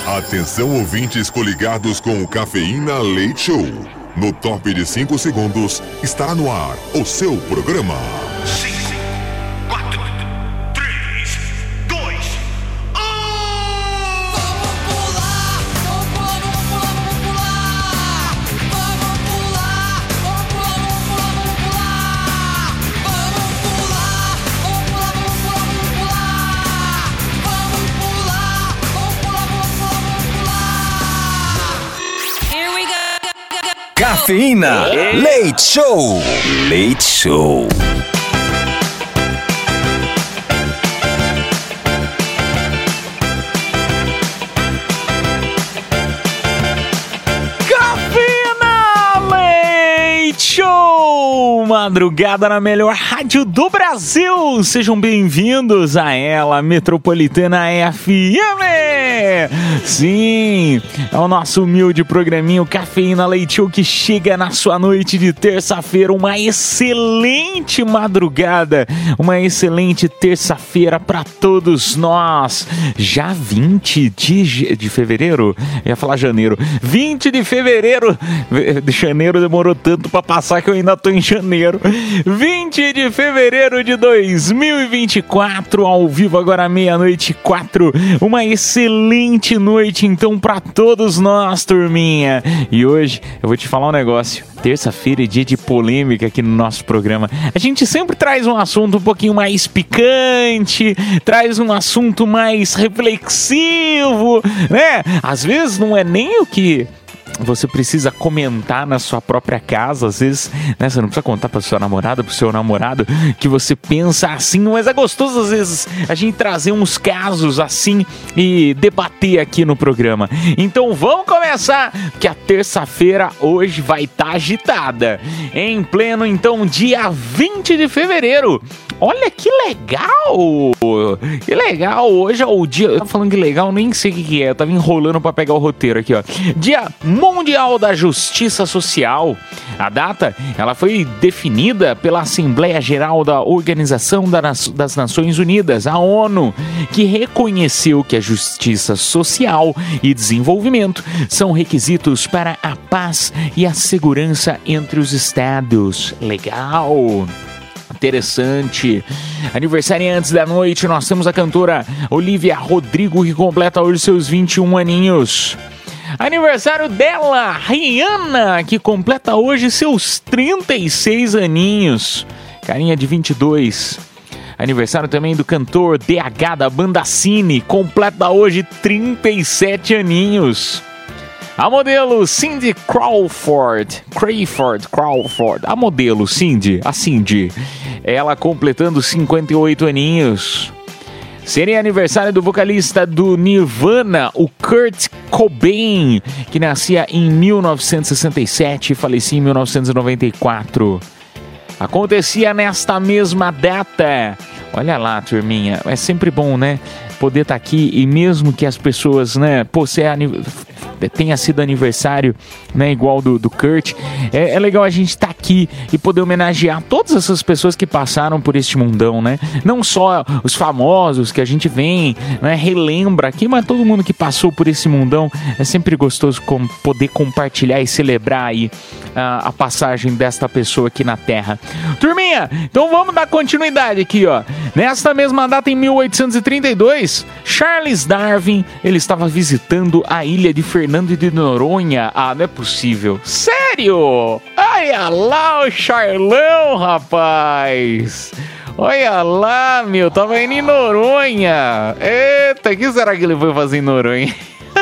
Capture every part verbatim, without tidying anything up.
Atenção, ouvintes coligados com o Cafeína Leite Show. No top de cinco segundos, está no ar o seu programa. cinco, quatro, três, dois, um. Vamos pular, vamos pular, vamos pular. Vamos pular, vamos pular, vamos pular. Vamos pular, vamos pular, vamos pular. Vamos pular, vamos pular, vamos pular. Here we go. Cafeína Leite Show. Leite Show. Cafeína Leite Show. Madrugada na melhor rádio do Brasil. Sejam bem-vindos a ela, Metropolitana F M. Sim, é o nosso humilde programinho Cafeína Leite Show que chega na sua noite de terça-feira. Uma excelente madrugada, uma excelente terça-feira para todos nós. Já vinte de, de fevereiro, eu ia falar janeiro, vinte de fevereiro, de janeiro demorou tanto para passar que eu ainda tô em janeiro. vinte de fevereiro de dois mil e vinte e quatro, ao vivo agora meia-noite e quatro. Uma excelente noite então pra todos nós, turminha. E hoje eu vou te falar um negócio. Terça-feira é dia de polêmica aqui no nosso programa. A gente sempre traz um assunto um pouquinho mais picante, traz um assunto mais reflexivo, né? Às vezes não é nem o que você precisa comentar na sua própria casa, às vezes, né, você não precisa contar para sua namorada, para o seu namorado, que você pensa assim, mas é gostoso às vezes a gente trazer uns casos assim e debater aqui no programa. Então vamos começar, que a terça-feira hoje vai estar tá agitada, em pleno então dia vinte de fevereiro. Olha que legal! Que legal! Hoje é o dia... Eu tava falando que legal, nem sei o que, que é. Eu tava enrolando pra pegar o roteiro aqui, ó. Dia Mundial da Justiça Social. A data, ela foi definida pela Assembleia Geral da Organização das Nações Unidas, a ONU, que reconheceu que a justiça social e desenvolvimento são requisitos para a paz e a segurança entre os estados. Legal! Interessante. Aniversariantes da noite, nós temos a cantora Olivia Rodrigo, que completa hoje seus vinte e um aninhos. Aniversário dela, Rihanna, que completa hoje seus trinta e seis aninhos. Carinha de vinte e dois. Aniversário também do cantor D H da banda Cine, completa hoje trinta e sete aninhos. A modelo Cindy Crawford, Crayford, Crawford, a modelo Cindy, a Cindy, ela completando cinquenta e oito aninhos. Seria aniversário do vocalista do Nirvana, o Kurt Cobain, que nascia em mil novecentos e sessenta e sete e falecia em mil novecentos e noventa e quatro. Acontecia nesta mesma data. Olha lá, turminha, é sempre bom, né? Poder estar aqui e mesmo que as pessoas, né, pô, se é, tenha sido aniversário, né, igual do, do Kurt, é, é legal a gente estar aqui e poder homenagear todas essas pessoas que passaram por este mundão, né? Não só os famosos que a gente vem, né, relembra aqui, mas todo mundo que passou por esse mundão. É sempre gostoso com, poder compartilhar e celebrar aí a, a passagem desta pessoa aqui na Terra. Turminha, então vamos dar continuidade aqui, ó. Nesta mesma data, em mil oitocentos e trinta e dois, Charles Darwin, ele estava visitando a ilha de Fernando de Noronha. Ah, não é possível. Sério? Olha lá o Charlão, rapaz. Olha lá, meu, tava indo em Noronha. Eita, o que será que ele foi fazer em Noronha?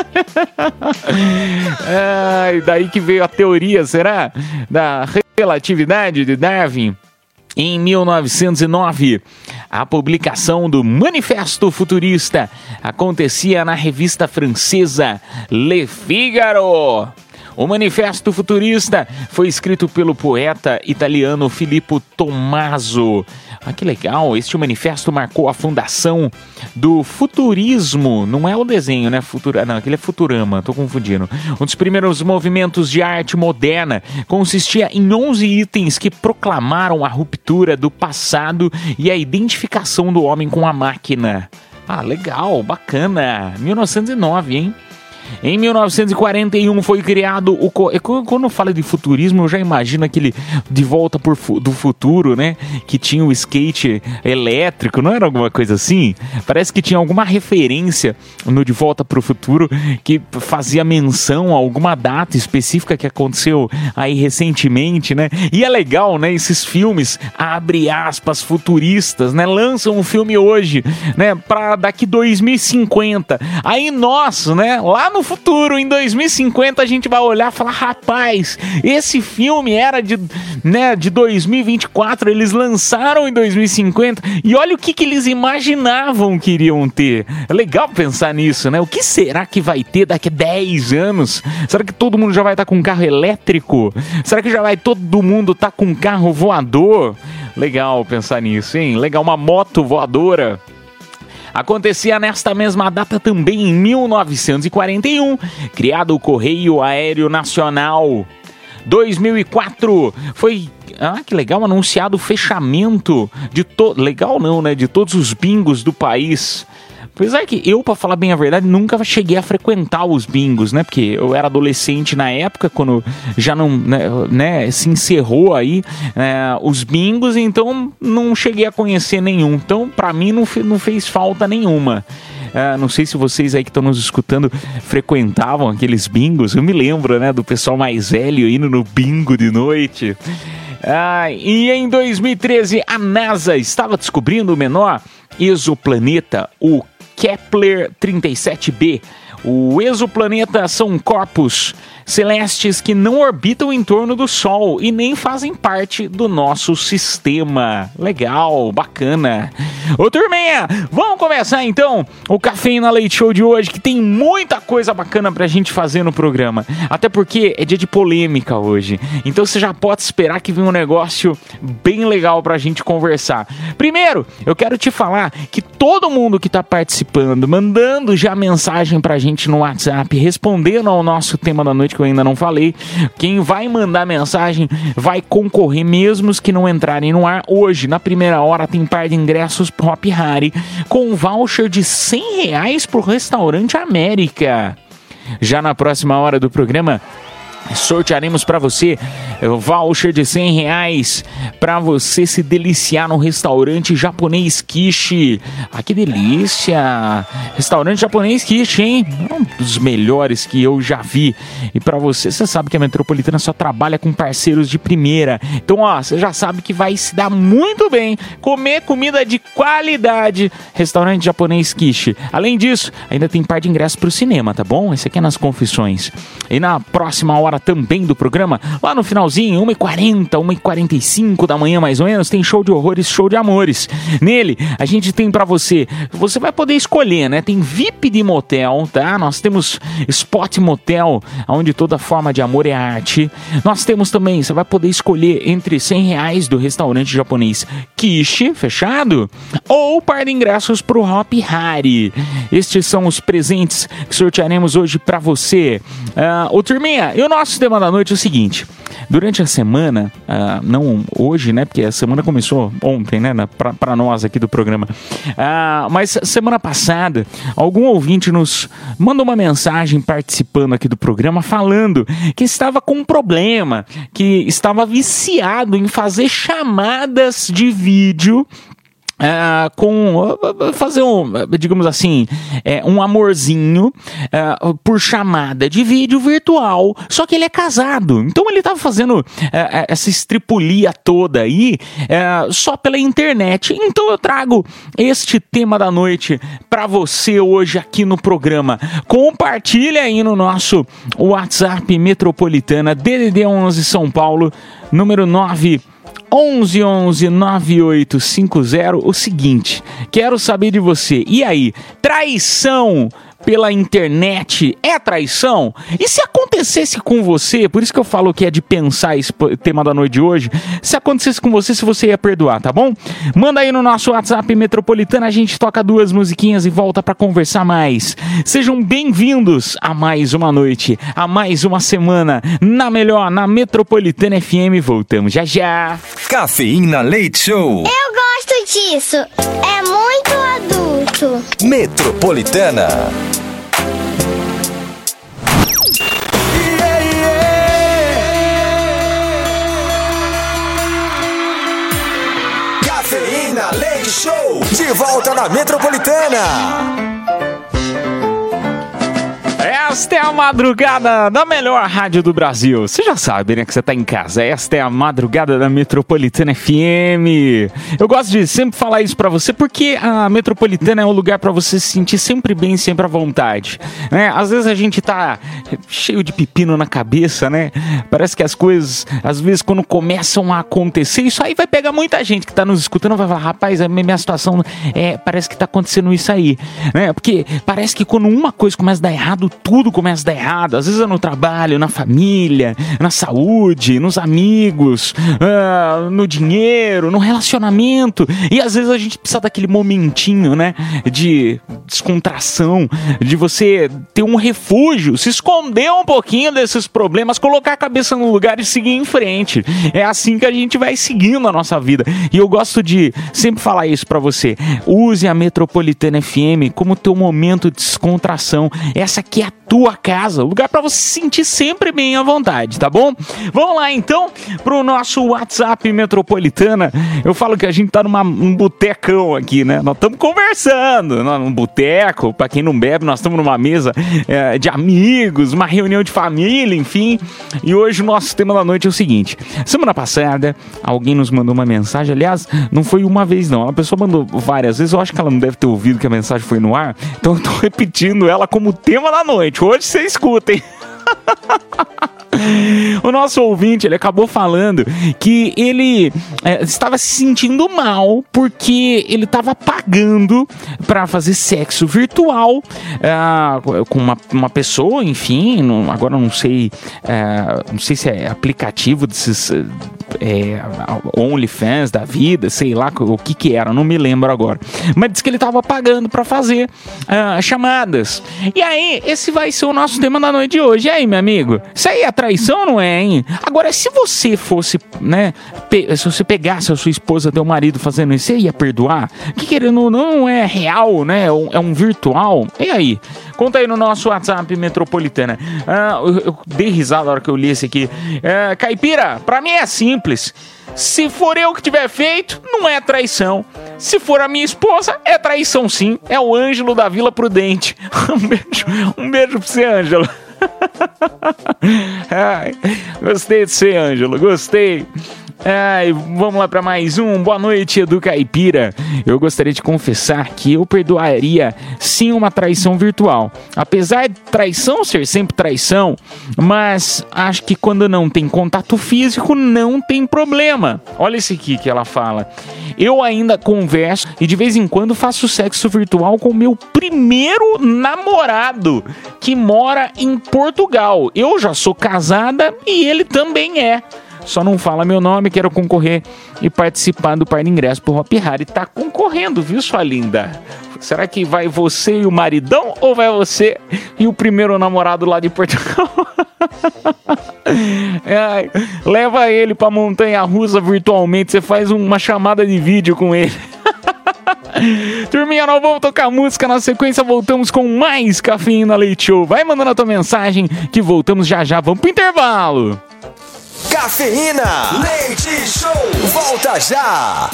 Ah, daí que veio a teoria, será? Da relatividade de Darwin. Em mil novecentos e nove, a publicação do Manifesto Futurista acontecia na revista francesa Le Figaro. O Manifesto Futurista foi escrito pelo poeta italiano Filippo Tommaso. Ah, que legal! Este manifesto marcou a fundação do futurismo. Não é o desenho, né? Futura... Não, aquele é Futurama, tô confundindo. Um dos primeiros movimentos de arte moderna consistia em onze itens que proclamaram a ruptura do passado e a identificação do homem com a máquina. Ah, legal, bacana. mil novecentos e nove, hein? Em mil novecentos e quarenta e um foi criado o... Co- Quando eu falo de futurismo, eu já imagino aquele De Volta por fu- do Futuro, né? Que tinha o skate elétrico, não era alguma coisa assim? Parece que tinha alguma referência no De Volta pro Futuro que fazia menção a alguma data específica que aconteceu aí recentemente, né? E é legal, né? Esses filmes, abre aspas, futuristas, né? Lançam um filme hoje, né? Pra daqui dois mil e cinquenta. Aí nós, né? Lá no futuro, em dois mil e cinquenta, a gente vai olhar e falar, rapaz, esse filme era de, né, de dois mil e vinte e quatro, eles lançaram em dois mil e cinquenta, e olha o que, que eles imaginavam que iriam ter. É legal pensar nisso, né? O que será que vai ter daqui a dez anos? Será que todo mundo já vai estar com um carro elétrico? Será que já vai todo mundo estar com um carro voador? Legal pensar nisso, hein? Legal, uma moto voadora. Acontecia nesta mesma data também, em mil novecentos e quarenta e um, criado o Correio Aéreo Nacional. dois mil e quatro foi, ah, que legal, anunciado o fechamento de to... legal não, né, de todos os bingos do país. Apesar que eu, pra falar bem a verdade, nunca cheguei a frequentar os bingos, né? Porque eu era adolescente na época, quando já não, né, né se encerrou aí é, os bingos, então não cheguei a conhecer nenhum. Então, pra mim, não, fe- não fez falta nenhuma. Uh, não sei se vocês aí que estão nos escutando frequentavam aqueles bingos. Eu me lembro, né, do pessoal mais velho indo no bingo de noite. Uh, e em dois mil e treze, a NASA estava descobrindo o menor exoplaneta, o Kepler trinta e sete b. O exoplaneta são corpos celestes que não orbitam em torno do Sol e nem fazem parte do nosso sistema. Legal, bacana. Ô turminha, vamos começar então o Cafeína Leite Show de hoje, que tem muita coisa bacana pra gente fazer no programa. Até porque é dia de polêmica hoje. Então você já pode esperar que vem um negócio bem legal pra gente conversar. Primeiro, eu quero te falar que todo mundo que tá participando, mandando já mensagem pra gente no WhatsApp, respondendo ao nosso tema da noite, que eu ainda não falei, quem vai mandar mensagem vai concorrer, mesmo os que não entrarem no ar. Hoje, na primeira hora, tem par de ingressos pro Hop Hari, com um voucher de cem reais pro Restaurante América. Já na próxima hora do programa, sortearemos para você o voucher de cem reais para você se deliciar no restaurante japonês Kishi. Ah, que delícia! Restaurante japonês Kishi, hein? Um dos melhores que eu já vi. E para você, você sabe que a Metropolitana só trabalha com parceiros de primeira. Então, ó, você já sabe que vai se dar muito bem comer comida de qualidade. Restaurante japonês Kishi. Além disso, ainda tem par de ingressos pro cinema, tá bom? Esse aqui é nas confissões. E na próxima hora também do programa, lá no finalzinho, uma e quarenta, uma e quarenta e cinco da manhã mais ou menos, tem show de horrores, show de amores. Nele, a gente tem pra você, você vai poder escolher, né? Tem V I P de motel, tá? Nós temos Spot Motel, onde toda forma de amor é arte. Nós temos também, você vai poder escolher entre cem reais do restaurante japonês Kishi, fechado? Ou par de ingressos pro Hop Hari. Estes são os presentes que sortearemos hoje pra você. Uh, ô turminha, e o nosso tema da noite é o seguinte: durante a semana, uh, não hoje, né, porque a semana começou ontem, né, pra, pra nós aqui do programa, uh, mas semana passada, algum ouvinte nos mandou uma mensagem participando aqui do programa, falando que estava com um problema, que estava viciado em fazer chamadas de vídeo, Uh, com uh, fazer um, digamos assim, uh, um amorzinho uh, por chamada de vídeo virtual, só que ele é casado, então ele tava fazendo uh, essa estripulia toda aí uh, só pela internet. Então eu trago este tema da noite pra você hoje aqui no programa. Compartilha aí no nosso WhatsApp Metropolitana D D D onze São Paulo, número nove onze onze nove oito cinco zero. O seguinte, quero saber de você. E aí, traição pela internet é traição? E se acontecesse com você, por isso que eu falo que é de pensar esse tema da noite de hoje, se acontecesse com você, se você ia perdoar, tá bom? Manda aí no nosso WhatsApp Metropolitana, a gente toca duas musiquinhas e volta pra conversar mais. Sejam bem-vindos a mais uma noite, a mais uma semana, na melhor, na Metropolitana F M. Voltamos já já. Cafeína Leite Show. Eu gosto disso. É muito adulto. Metropolitana. Yeah, yeah. Cafeína Leite Show, de volta na Metropolitana. Esta é a madrugada da melhor rádio do Brasil. Você já sabe, né, que você tá em casa. Esta é a madrugada da Metropolitana F M. Eu gosto de sempre falar isso pra você porque a Metropolitana é um lugar pra você se sentir sempre bem, sempre à vontade, né? Às vezes a gente tá cheio de pepino na cabeça, né? Parece que as coisas, às vezes, quando começam a acontecer, isso aí vai pegar muita gente que tá nos escutando, vai falar, rapaz, a minha situação é, parece que tá acontecendo isso aí, né? Porque parece que quando uma coisa começa a dar errado, tudo começa a dar errado. Às vezes é no trabalho, na família, na saúde, nos amigos, uh, no dinheiro, no relacionamento. E às vezes a gente precisa daquele momentinho, né, de descontração, de você ter um refúgio, se esconder um pouquinho desses problemas, colocar a cabeça no lugar e seguir em frente. É assim que a gente vai seguindo a nossa vida. E eu gosto de sempre falar isso pra você. Use a Metropolitana F M como teu momento de descontração. Essa aqui é a tua casa, lugar pra você se sentir sempre bem à vontade, tá bom? Vamos lá então pro nosso WhatsApp Metropolitana. Eu falo que a gente tá numa, num botecão aqui, né? Nós estamos conversando num boteco, pra quem não bebe, nós estamos numa mesa é, de amigos, uma reunião de família, enfim. E hoje o nosso tema da noite é o seguinte: semana passada alguém nos mandou uma mensagem, aliás, não foi uma vez não, a pessoa mandou várias vezes, eu acho que ela não deve ter ouvido que a mensagem foi no ar, então eu tô repetindo ela como tema da noite. Hoje você escuta, hein? O nosso ouvinte, ele acabou falando que ele é, estava se sentindo mal porque ele estava pagando para fazer sexo virtual é, com uma, uma pessoa, enfim, não, agora não sei, é, não sei se é aplicativo desses é, OnlyFans da vida, sei lá o que que era, não me lembro agora, mas disse que ele estava pagando para fazer é, chamadas. E aí, esse vai ser o nosso tema da noite de hoje. E aí, meu amigo, isso aí é traição, não é, hein? Agora, se você fosse, né, pe- se você pegasse a sua esposa, teu marido fazendo isso, você ia perdoar? Que querendo não é real, né? É um, é um virtual. E aí? Conta aí no nosso WhatsApp Metropolitana. Ah, eu, eu dei risada na hora que eu li esse aqui. Ah, Caipira, pra mim é simples. Se for eu que tiver feito, não é traição. Se for a minha esposa, é traição sim. É o Ângelo da Vila Prudente. Um beijo, um beijo pra você, Ângelo. Ai, gostei de você, Ângelo, gostei. Ai, vamos lá para mais um. Boa noite, Edu Caipira. Eu gostaria de confessar que eu perdoaria sim uma traição virtual. Apesar de traição ser sempre traição, mas acho que quando não tem contato físico, não tem problema. Olha esse aqui que ela fala. Eu ainda converso e de vez em quando faço sexo virtual com o meu primeiro namorado, que mora em Portugal. Eu já sou casada e ele também é. Só não fala meu nome, quero concorrer e participar do par de ingresso pro Hop Hari. Tá concorrendo, viu, sua linda? Será que vai você e o maridão ou vai você e o primeiro namorado lá de Portugal? Ai, leva ele pra Montanha Russa virtualmente, você faz uma chamada de vídeo com ele. Turminha, nós vamos tocar música, na sequência voltamos com mais Cafeína Leite Show. Vai mandando a tua mensagem que voltamos já já, vamos pro intervalo. Cafeína Leite Show, volta já!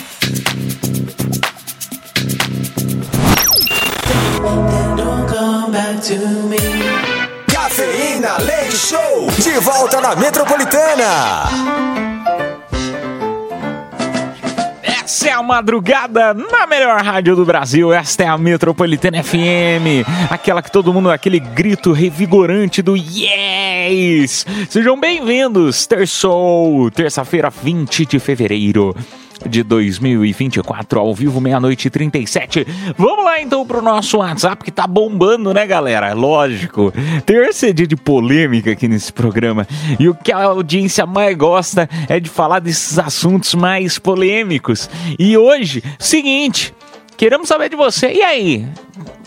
Cafeína Leite Show, de volta na Metropolitana. Essa é a madrugada na melhor rádio do Brasil. Esta é a Metropolitana F M, aquela que todo mundo, aquele grito revigorante do yes! Sejam bem-vindos, terçou, terça-feira, vinte de fevereiro de dois mil e vinte e quatro, ao vivo, meia-noite e trinta e sete. Vamos lá então pro nosso WhatsApp, que tá bombando, né, galera? Lógico, terça é dia de polêmica aqui nesse programa, e o que a audiência mais gosta é de falar desses assuntos mais polêmicos. E hoje, seguinte, queremos saber de você, e aí?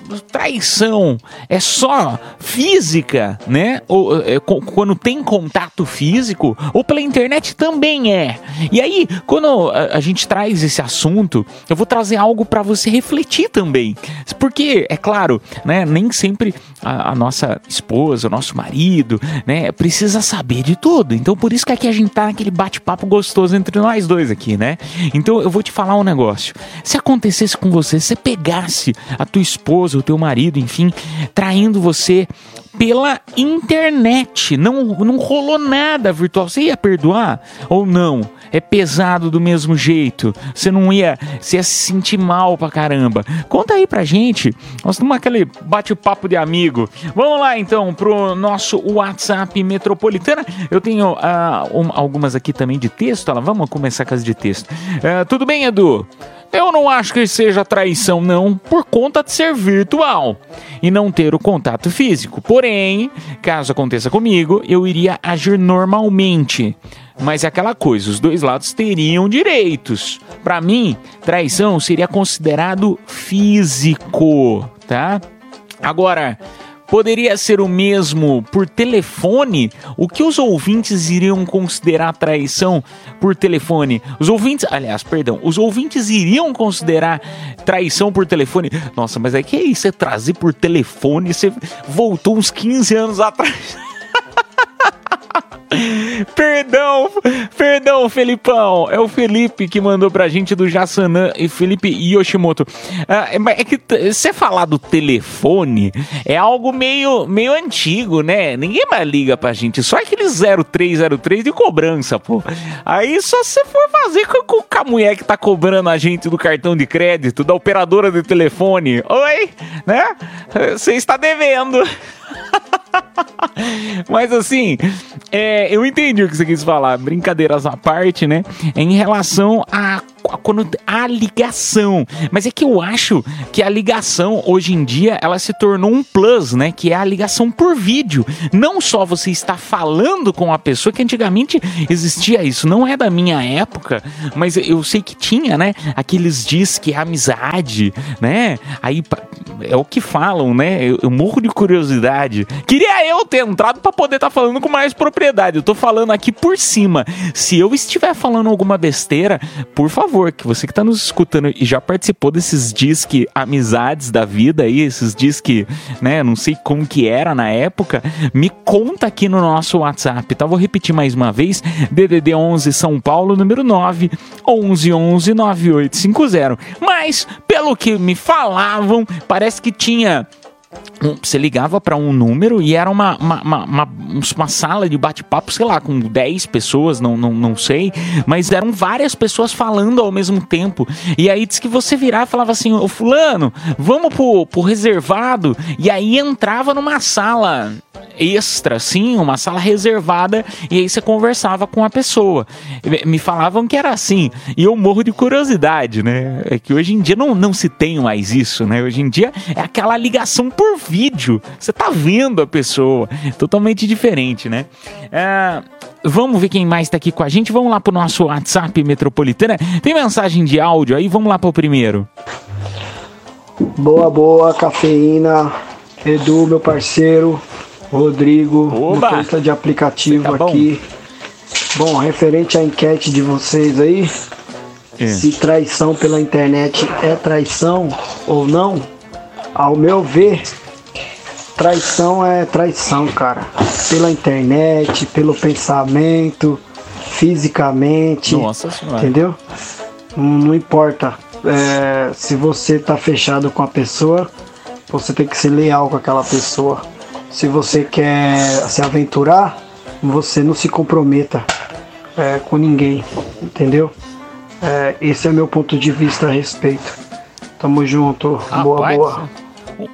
traição é só física, né? Ou, é, quando tem contato físico, ou pela internet também é. E aí, quando a, a gente traz esse assunto, eu vou trazer algo para você refletir também. Porque, é claro, né, nem sempre a, a nossa esposa, o nosso marido, né, precisa saber de tudo. Então, por isso que aqui a gente tá naquele bate-papo gostoso entre nós dois aqui, né? Então, eu vou te falar um negócio. Se acontecesse com você, se você pegasse a tua esposa, o teu marido, enfim, traindo você pela internet, não, não rolou nada virtual, você ia perdoar ou não? É pesado do mesmo jeito, você não ia, você ia se sentir mal pra caramba. Conta aí pra gente, nós estamos naquele bate-papo de amigo. Vamos lá então pro nosso WhatsApp Metropolitana. Eu tenho uh, um, algumas aqui também de texto, ela, vamos começar com as de texto. Uh, tudo bem, Edu? Eu não acho que seja traição, não, por conta de ser virtual e não ter o contato físico. Porém, caso aconteça comigo, eu iria agir normalmente. Mas é aquela coisa, os dois lados teriam direitos. Para mim, traição seria considerado físico, tá? Agora, poderia ser o mesmo por telefone? O que os ouvintes iriam considerar traição por telefone? Os ouvintes, aliás, perdão, os ouvintes iriam considerar traição por telefone? Nossa, mas é que é isso, você trazer por telefone, você voltou uns quinze anos atrás. Perdão, perdão, Felipão. É o Felipe que mandou pra gente do Jassanã e Felipe Yoshimoto. Ah, é que você falar do telefone é algo meio, meio antigo, né? Ninguém mais liga pra gente. Só aquele zero três zero três de cobrança, pô. Aí só você for fazer com, com a mulher que tá cobrando a gente do cartão de crédito, da operadora de telefone. Oi, né? Você está devendo. Mas assim, é, eu entendi o que você quis falar, brincadeiras à parte, né? Em relação a, a, a ligação. Mas é que eu acho que a ligação, hoje em dia, ela se tornou um plus, né? Que é a ligação por vídeo. Não só você está falando com a pessoa, que antigamente existia isso. Não é da minha época, mas eu sei que tinha, né? Aqueles disque amizade, né? Aí é o que falam, né? Eu, eu morro de curiosidade. Queria eu ter entrado pra poder estar tá falando com mais propriedade. Eu tô falando aqui por cima. Se eu estiver falando alguma besteira, por favor, que você que tá nos escutando e já participou desses disque amizades da vida aí, esses disque, né, não sei como que era na época, me conta aqui no nosso WhatsApp, tá? Vou repetir mais uma vez, D D D onze São Paulo, número nove onze onze nove oito cinco zero. Mas, pelo que me falavam, parece que tinha... Você ligava para um número e era uma, uma, uma, uma, uma sala de bate-papo, sei lá, com dez pessoas, não, não, não sei, mas eram várias pessoas falando ao mesmo tempo. E aí diz que você virava e falava assim, ô fulano, vamos pro, pro reservado, e aí entrava numa sala extra, assim, uma sala reservada, e aí você conversava com a pessoa. Me falavam que era assim, e eu morro de curiosidade, né? É que hoje em dia não, não se tem mais isso, né? Hoje em dia é aquela ligação por vídeo, você tá vendo a pessoa, totalmente diferente, né? É, vamos ver quem mais tá aqui com a gente, vamos lá pro nosso WhatsApp Metropolitana, tem mensagem de áudio aí, vamos lá pro primeiro. Boa, boa, cafeína, Edu, meu parceiro, Rodrigo, motorista de aplicativo tá aqui. Bom, referente à enquete de vocês aí, é. Se traição pela internet é traição ou não, ao meu ver, traição é traição, cara. Pela internet, pelo pensamento, fisicamente. Nossa senhora. Entendeu? Não, não importa. É, se você tá fechado com a pessoa, você tem que ser leal com aquela pessoa. Se você quer se aventurar, você não se comprometa é, com ninguém. Entendeu? É, esse é o meu ponto de vista a respeito. Tamo junto. Rapaz, boa, boa.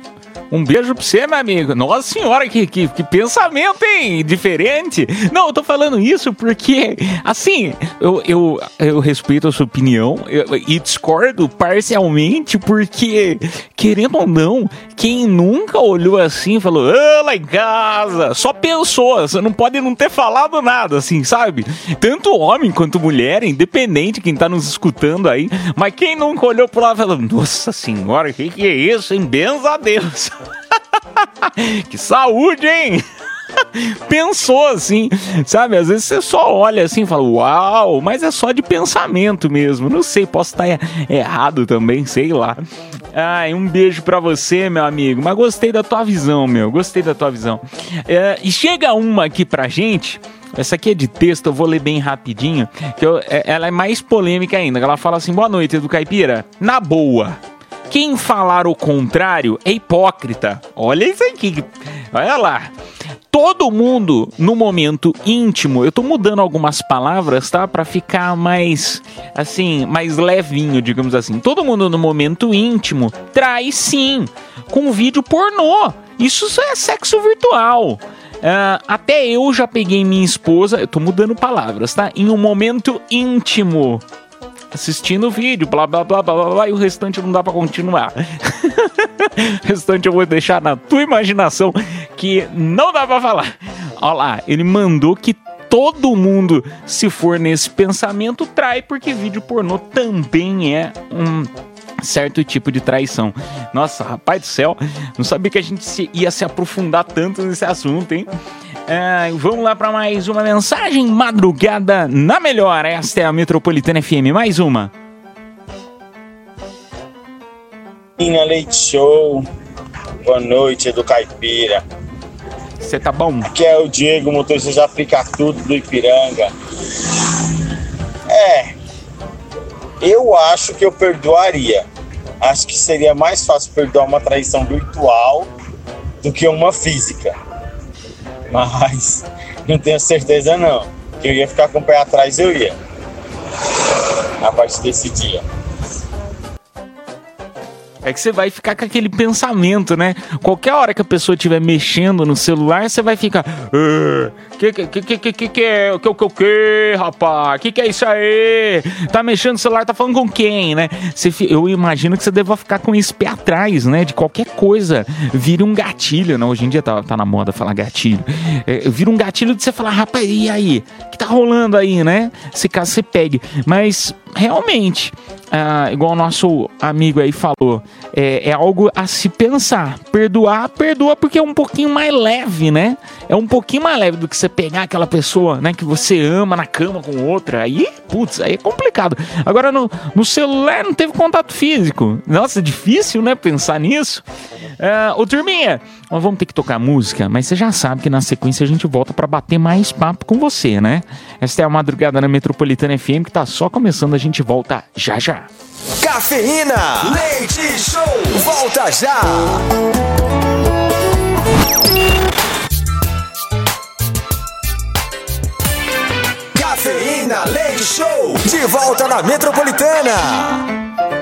Um beijo pra você, meu amigo. Nossa senhora, que, que, que pensamento, hein? Diferente. Não, eu tô falando isso porque, assim, eu, eu, eu respeito a sua opinião eu, e discordo parcialmente porque, querendo ou não, quem nunca olhou assim e falou, ah, lá em casa, só pensou, você não pode não ter falado nada, assim, sabe? Tanto homem quanto mulher, independente quem tá nos escutando aí, mas quem nunca olhou pro lado e falou, nossa senhora, o que, que é isso, hein? Benza a Deus. Que saúde, hein? Pensou assim, sabe? Às vezes você só olha assim e fala, uau, mas é só de pensamento mesmo. Não sei, posso estar errado também, sei lá. Ai, um beijo pra você, meu amigo. Mas gostei da tua visão, meu. Gostei da tua visão. É, e chega uma aqui pra gente. Essa aqui é de texto, eu vou ler bem rapidinho. Que eu, ela é mais polêmica ainda. Ela fala assim, boa noite, Edu Caipira. Na boa. Quem falar o contrário é hipócrita. Olha isso aqui. Olha lá. Todo mundo no momento íntimo, eu tô mudando algumas palavras, tá? Pra ficar mais, assim, mais levinho, digamos assim. Todo mundo no momento íntimo trai sim, com vídeo pornô. Isso é sexo virtual. Uh, até eu já peguei minha esposa, eu tô mudando palavras, tá? Em um momento íntimo. Assistindo o vídeo, blá, blá, blá, blá, blá, blá, e o restante não dá pra continuar. O restante eu vou deixar na tua imaginação, que não dá pra falar. Olha lá, ele mandou que todo mundo, se for nesse pensamento, trai, porque vídeo pornô também é um certo tipo de traição. Nossa, rapaz do céu, não sabia que a gente se, ia se aprofundar tanto nesse assunto, hein? É, vamos lá para mais uma mensagem. Madrugada na melhor. Esta é a Metropolitana F M. Mais uma. Na Leite Show. Boa noite, Edu Caipira. Você tá bom? Aqui é o Diego, motorista de Aplica Tudo do Ipiranga. É, eu acho que eu perdoaria. Acho que seria mais fácil perdoar uma traição virtual do que uma física. Mas não tenho certeza não. Que eu ia ficar com o pé atrás, eu ia. A partir desse dia. É que você vai ficar com aquele pensamento, né? Qualquer hora que a pessoa estiver mexendo no celular, você vai ficar... Que que que que que que que é? Que que que, rapaz? Que que é isso aí? Tá mexendo no celular, tá falando com quem, né? Você, eu imagino que você deva ficar com esse pé atrás, né? De qualquer coisa. Vira um gatilho, né? Hoje em dia tá, tá na moda falar gatilho. É, vira um gatilho de você falar, rapaz, e aí? O que tá rolando aí, né? Se caso você pegue. Mas... realmente, ah, igual o nosso amigo aí falou, é, é algo a se pensar. Perdoar, perdoa porque é um pouquinho mais leve, né? É um pouquinho mais leve do que você pegar aquela pessoa, né, que você ama na cama com outra. Aí, putz, aí é complicado. Agora, no, no celular não teve contato físico. Nossa, é difícil, né, pensar nisso. Ah, ô, turminha, nós vamos ter que tocar música, mas você já sabe que na sequência a gente volta pra bater mais papo com você, né? Esta é a Madrugada na Metropolitana F M, que tá só começando, a gente volta já já. Cafeína, Leite Show, volta já. Cafeína, Leite Show, de volta na Metropolitana.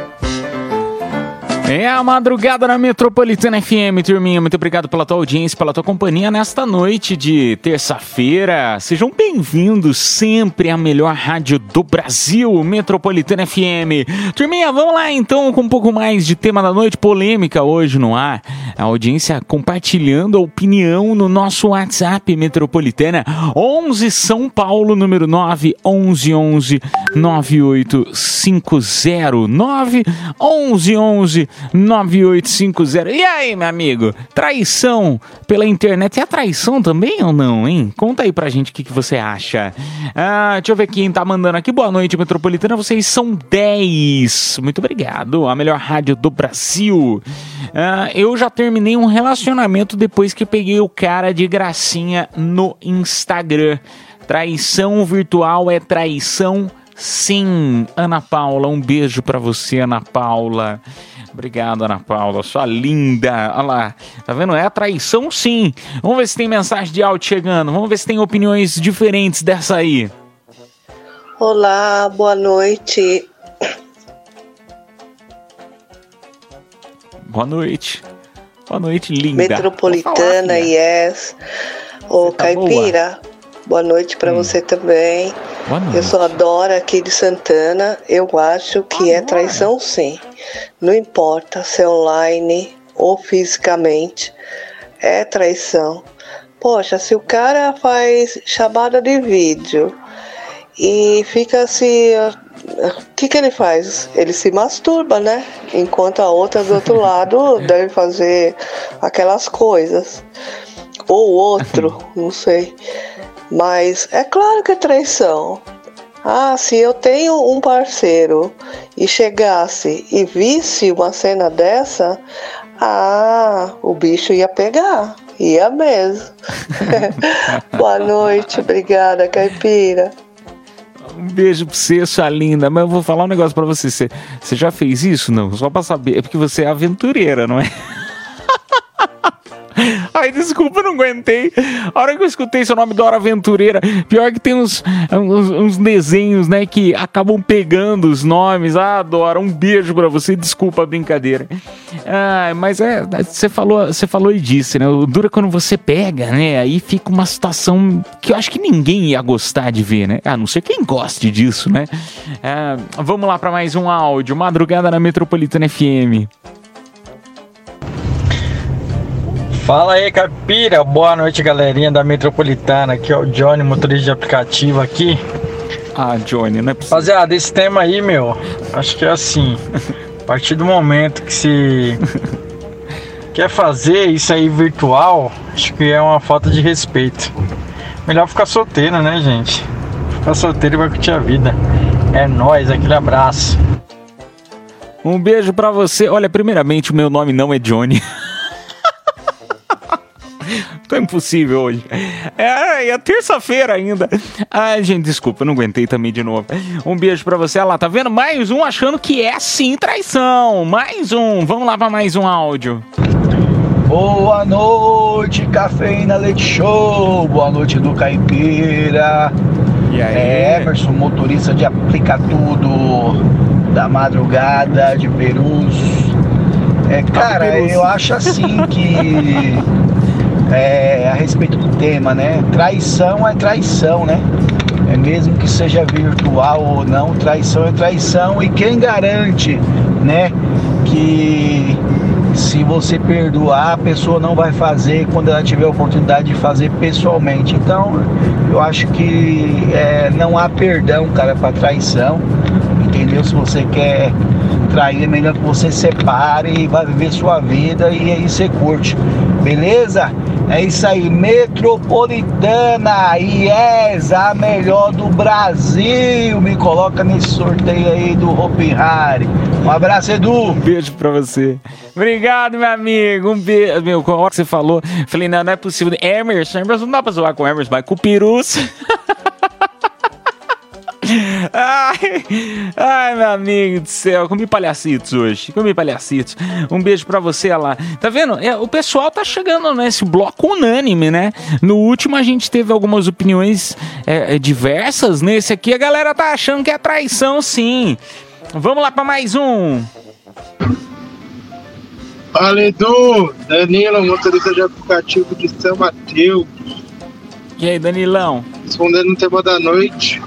É a Madrugada na Metropolitana F M, turminha. Muito obrigado pela tua audiência, pela tua companhia nesta noite de terça-feira. Sejam bem-vindos sempre à melhor rádio do Brasil, Metropolitana F M. Turminha, vamos lá então com um pouco mais de tema da noite, polêmica hoje no ar. A audiência compartilhando a opinião no nosso WhatsApp Metropolitana onze São Paulo, número nove onze onze nove oito cinco zero nove onze onze nove oito cinco zero. E aí, meu amigo? Traição pela internet é traição também ou não, hein? Conta aí pra gente o que, que você acha. Ah, deixa eu ver quem tá mandando aqui. Boa noite, Metropolitana. Vocês são dez. Muito obrigado. A melhor rádio do Brasil. Ah, eu já terminei um relacionamento depois que peguei o cara de gracinha no Instagram. Traição virtual é traição, sim. Ana Paula, um beijo pra você, Ana Paula. Obrigado, Ana Paula, sua linda. Olha lá, tá vendo? É a traição, sim. Vamos ver se tem mensagem de áudio chegando. Vamos ver se tem opiniões diferentes dessa aí. Olá, boa noite. Boa noite. Boa noite, linda. Metropolitana, yes. Ô, tá Caipira, boa, boa noite pra hum. você também. Boa noite. Eu sou a Dora aqui de Santana. Eu acho que ah, é traição, sim. Não importa se é online ou fisicamente, é traição. Poxa, se o cara faz chamada de vídeo e fica assim, o que que ele faz? Ele se masturba, né? Enquanto a outra do outro lado deve fazer aquelas coisas. Ou outro, não sei. Mas é claro que é traição. Ah, se eu tenho um parceiro e chegasse e visse uma cena dessa, ah, o bicho ia pegar. Ia mesmo. Boa noite, obrigada, Caipira. Um beijo pra você, sua linda. Mas eu vou falar um negócio pra você. Você, você já fez isso? Não, só pra saber. É porque você é aventureira, não é? Ai, desculpa, eu não aguentei. A hora que eu escutei seu nome, Dora Aventureira, pior que tem uns, uns, uns desenhos, né, que acabam pegando os nomes. Ah, Dora, um beijo pra você. Desculpa a brincadeira. Ah, mas é, você falou, você falou e disse, né? O duro é quando você pega, né? Aí fica uma situação que eu acho que ninguém ia gostar de ver, né? A não ser quem goste disso, né? Ah, vamos lá pra mais um áudio. Madrugada na Metropolitana F M. Fala aí, Caipira, boa noite, galerinha da Metropolitana. Aqui é o Johnny, motorista de aplicativo aqui. Ah, Johnny, não é possível. Rapaziada, esse tema aí, meu, acho que é assim, a partir do momento que se quer fazer isso aí virtual, acho que é uma falta de respeito. Melhor ficar solteiro, né, gente? Ficar solteiro e vai curtir a vida. É nóis, aquele abraço. Um beijo pra você. Olha, primeiramente, o meu nome não é Johnny. Tô impossível hoje. É, é terça-feira ainda. Ai, gente, desculpa, eu não aguentei também de novo. Um beijo pra você. Olha lá, tá vendo? Mais um achando que é sim traição. Mais um. Vamos lá pra mais um áudio. Boa noite, Cafeína Leite Show. Boa noite do Caipira. E aí? É Emerson, motorista de Aplica Tudo da madrugada de Perus. É, cara, eu acho assim que é, a respeito do tema, né? Traição é traição, né? É mesmo que seja virtual ou não, traição é traição. E quem garante, né, que se você perdoar, a pessoa não vai fazer quando ela tiver a oportunidade de fazer pessoalmente. Então, eu acho que é, não há perdão, cara, para traição. Entendeu? Se você quer trair, é melhor que você separe e vá viver sua vida e aí você curte. Beleza? É isso aí, Metropolitana, yes, a melhor do Brasil. Me coloca nesse sorteio aí do Hopi Hari. Um abraço, Edu. Um beijo pra você. Obrigado, meu amigo. Um beijo. Meu, com a hora que você falou, falei, não, não é possível. Emerson, Emerson, não dá pra zoar com Emerson, mas com o Pirus. Ai, ai, meu amigo do céu, comi palhacitos hoje, comi palhacitos. Um beijo pra você lá. Tá vendo? É, o pessoal tá chegando nesse bloco unânime, né? No último a gente teve algumas opiniões é, diversas. Nesse aqui a galera tá achando que é traição, sim. Vamos lá pra mais um. Fala, Edu, Danilo, motorista de aplicativo de São Mateus. E aí, Danilão? Respondendo no tema da noite.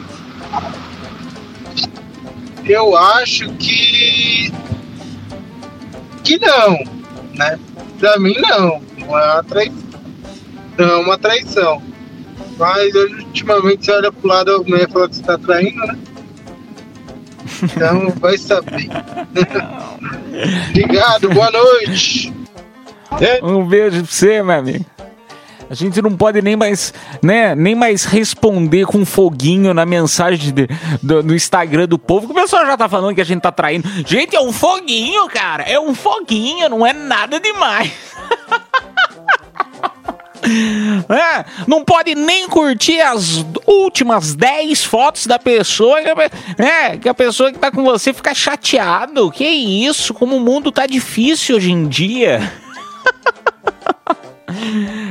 Eu acho que que não, né? Pra mim não, não é uma traição, não é uma traição. Mas hoje, ultimamente, você olha pro lado, a mulher fala que você tá traindo, né? Então vai saber. Obrigado, boa noite. Um beijo pra você, meu amigo. A gente não pode nem mais, né, nem mais responder com foguinho na mensagem de, do, no Instagram do povo, que o pessoal já tá falando que a gente tá traindo. Gente, é um foguinho, cara. É um foguinho, não é nada demais. É, não pode nem curtir as últimas dez fotos da pessoa, é, que a pessoa que tá com você fica chateado. Que isso? Como o mundo tá difícil hoje em dia.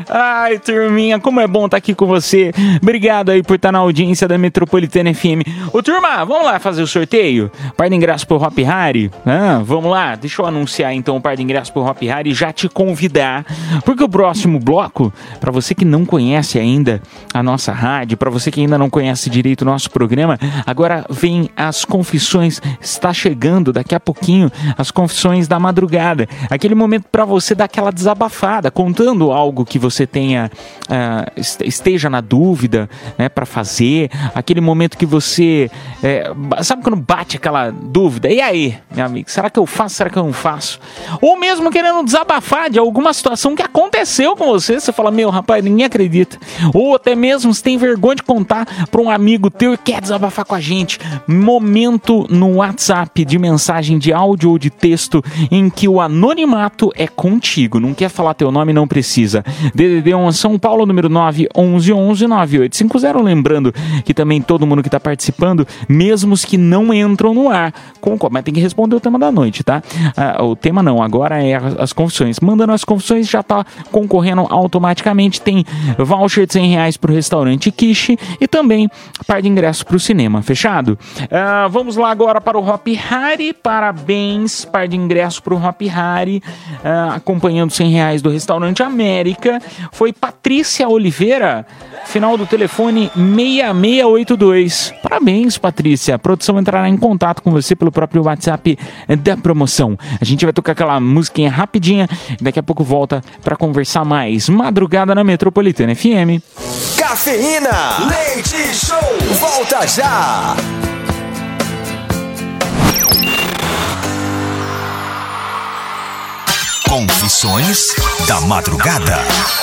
Ai, turminha, como é bom estar aqui com você. Obrigado aí por estar na audiência da Metropolitana F M. Ô, turma, vamos lá fazer o sorteio? Par de ingresso pro Hop Hari? Ah, vamos lá, deixa eu anunciar então o par de ingresso pro Hop Hari e já te convidar. Porque o próximo bloco, para você que não conhece ainda a nossa rádio, para você que ainda não conhece direito o nosso programa, agora vem as confissões, está chegando daqui a pouquinho as confissões da madrugada. Aquele momento para você dar aquela desabafada, contando algo que você tenha, uh, esteja na dúvida, né, para fazer. Aquele momento que você, é, sabe quando bate aquela dúvida? E aí, meu amigo, será que eu faço, será que eu não faço? Ou mesmo querendo desabafar de alguma situação que aconteceu com você, você fala, meu, rapaz, ninguém acredita. Ou até mesmo você tem vergonha de contar para um amigo teu e quer desabafar com a gente. Momento no WhatsApp de mensagem de áudio ou de texto em que o anonimato é contigo. Não quer falar teu nome, não precisa. D D D um São Paulo, número nove onze onze nove oito cinco zero. Lembrando que também todo mundo que está participando, mesmo os que não entram no ar, concorda, mas tem que responder o tema da noite, tá? Ah, o tema não, agora é as confissões. Mandando as confissões, já tá concorrendo automaticamente. Tem voucher de cem reais pro restaurante Kishi e também par de ingresso pro cinema, fechado? Ah, vamos lá agora para o Hop Hari. Parabéns, par de ingresso pro Hop Hari, ah, acompanhando cem reais do restaurante América. Foi Patrícia Oliveira, final do telefone seis seis oito dois. Parabéns, Patrícia. A produção entrará em contato com você pelo próprio WhatsApp da promoção. A gente vai tocar aquela musiquinha rapidinha e daqui a pouco volta para conversar mais. Madrugada na Metropolitana F M. Cafeína, leite show, volta já! Confissões da madrugada.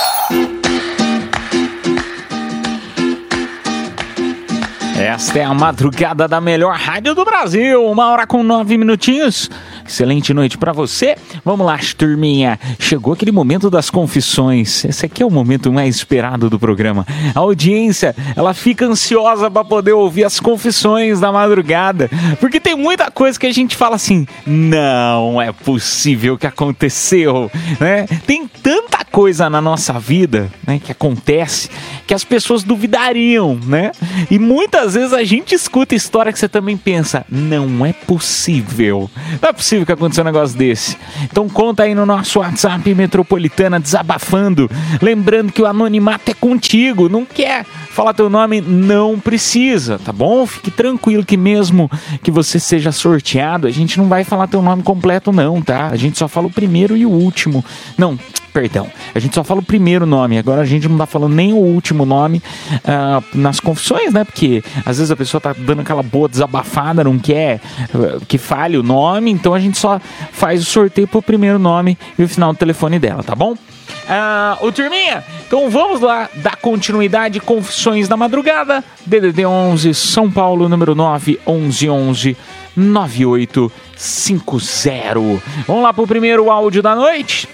Esta é a madrugada da melhor rádio do Brasil. Uma hora com nove minutinhos. Excelente noite pra você. Vamos lá, turminha. Chegou aquele momento das confissões. Esse aqui é o momento mais esperado do programa. A audiência, ela fica ansiosa pra poder ouvir as confissões da madrugada. Porque tem muita coisa que a gente fala assim, não é possível que aconteceu, né? Tem tanta coisa na nossa vida, né, que acontece, que as pessoas duvidariam, né? E muitas vezes a gente escuta história que você também pensa, não é possível. Não é possível que aconteceu um negócio desse. Então conta aí no nosso WhatsApp Metropolitana, desabafando. Lembrando que o anonimato é contigo. Não quer falar teu nome? Não precisa, tá bom? Fique tranquilo que mesmo que você seja sorteado, a gente não vai falar teu nome completo não, tá? A gente só fala o primeiro e o último. Não, perdão. A gente só fala o primeiro nome. Agora a gente não tá falando nem o último nome uh, nas confissões, né? Porque às vezes a pessoa tá dando aquela boa desabafada, não quer uh, que fale o nome, então a gente só faz o sorteio pro primeiro nome e o final do telefone dela, tá bom? Uh, ô turminha, então vamos lá dar continuidade. Confissões da madrugada, D D D onze São Paulo, número nove onze onze nove oito cinco zero. Vamos lá pro primeiro áudio da noite.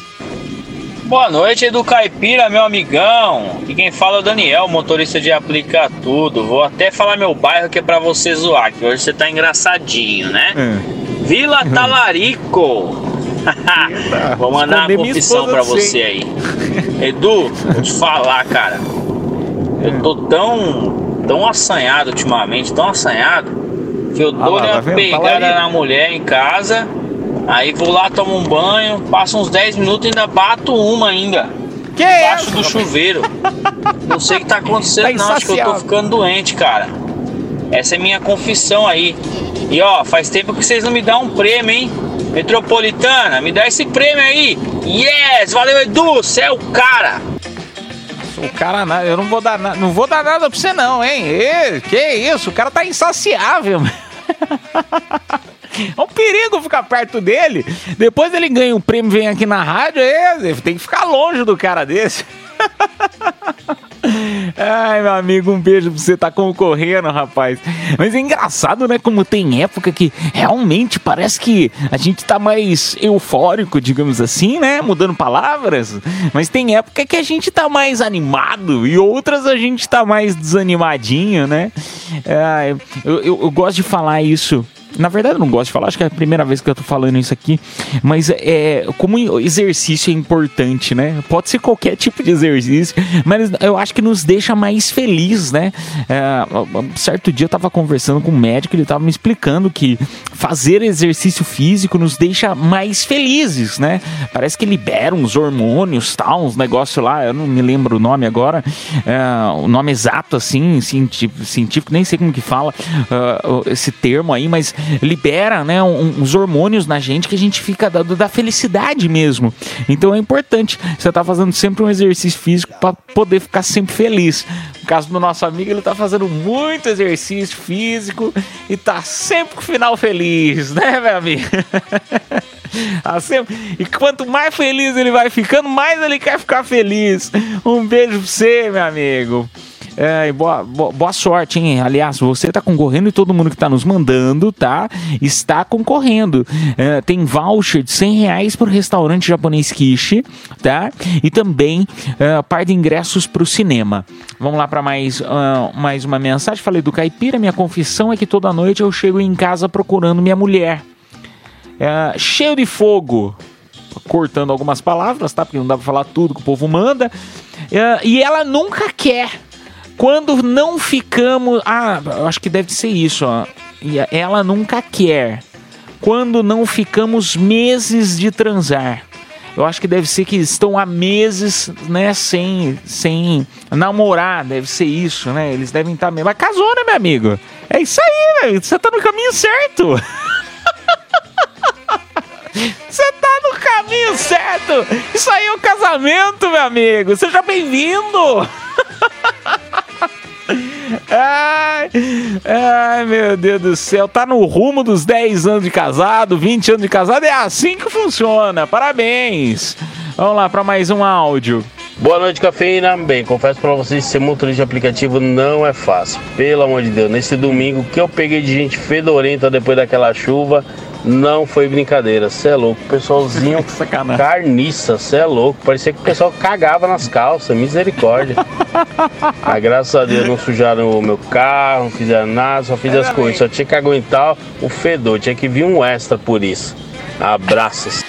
Boa noite, Edu Caipira, meu amigão. Aqui quem fala é o Daniel, motorista de Aplica Tudo. Vou até falar meu bairro que é pra você zoar, que hoje você tá engraçadinho, né? É. Vila Talarico. Vou mandar uma confissão pra você aí. Edu, vou te falar, cara. Eu tô tão, tão assanhado ultimamente, tão assanhado, que eu dou ah, lá, uma pegada na mulher em casa. Aí vou lá, tomo um banho, passo uns dez minutos e ainda bato uma ainda. Que embaixo é do chuveiro. Não sei o que tá acontecendo, tá não. Acho que eu tô ficando doente, cara. Essa é minha confissão aí. E ó, faz tempo que vocês não me dão um prêmio, hein? Metropolitana, me dá esse prêmio aí. Yes! Valeu, Edu! Você é o cara! O cara, eu não vou dar nada, não vou dar nada pra você não, hein? E, que isso? O cara tá insaciável. É um perigo ficar perto dele. Depois ele ganha um prêmio, vem aqui na rádio, é, tem que ficar longe do cara desse. Ai, meu amigo, um beijo pra você tá concorrendo, rapaz. Mas é engraçado, né, como tem época que realmente parece que a gente tá mais eufórico, digamos assim, né, mudando palavras. Mas tem época que a gente tá mais animado e outras a gente tá mais desanimadinho, né. É, eu, eu, eu gosto de falar isso na verdade eu não gosto de falar, acho que é a primeira vez que eu tô falando isso aqui, mas é, como exercício é importante, né? Pode ser qualquer tipo de exercício, mas eu acho que nos deixa mais feliz, né? É, um certo dia eu tava conversando com um médico, ele tava me explicando que fazer exercício físico nos deixa mais felizes, né? Parece que libera uns hormônios, tal, uns negócios lá, eu não me lembro o nome agora, é, o nome exato assim, científico, científico, nem sei como que fala uh, esse termo aí, mas libera, né, um, uns hormônios na gente que a gente fica da, da felicidade mesmo. Então é importante você estar tá fazendo sempre um exercício físico para poder ficar sempre feliz. No caso do nosso amigo, ele tá fazendo muito exercício físico e tá sempre com o final feliz, né, meu amigo? Assim, e quanto mais feliz ele vai ficando, mais ele quer ficar feliz. Um beijo pra você, meu amigo. É, boa, boa, boa sorte, hein? Aliás, você tá concorrendo e todo mundo que tá nos mandando, tá? Está concorrendo. É, tem voucher de cem reais pro restaurante japonês Kishi, tá? E também é, par de ingressos pro cinema. Vamos lá para mais, uh, mais uma mensagem. Falei do Caipira, minha confissão é que toda noite eu chego em casa procurando minha mulher. É, cheio de fogo. Cortando algumas palavras, tá? Porque não dá pra falar tudo que o povo manda. É, e ela nunca quer. Quando não ficamos... Ah, eu acho que deve ser isso, ó. Ela nunca quer. Quando não ficamos meses de transar. Eu acho que deve ser que estão há meses, né, sem, sem namorar. Deve ser isso, né? Eles devem estar... Mas casou, né, meu amigo? É isso aí, velho. Você tá no caminho certo. Você tá no caminho certo. Isso aí é um casamento, meu amigo. Seja bem-vindo. Ai, ai, meu Deus do céu. Tá no rumo dos dez anos de casado, vinte anos de casado. É assim que funciona. Parabéns. Vamos lá para mais um áudio. Boa noite, cafeína. Bem, confesso pra vocês que ser motorista de aplicativo não é fácil. Pelo amor de Deus, nesse domingo que eu peguei de gente fedorenta depois daquela chuva, não foi brincadeira. Cê é louco, pessoalzinho carniça, cê é louco. Parecia que o pessoal cagava nas calças, misericórdia. Ah, graças a Deus não sujaram o meu carro, não fizeram nada, só fiz as coisas. Só tinha que aguentar o fedor, tinha que vir um extra por isso. Abraços.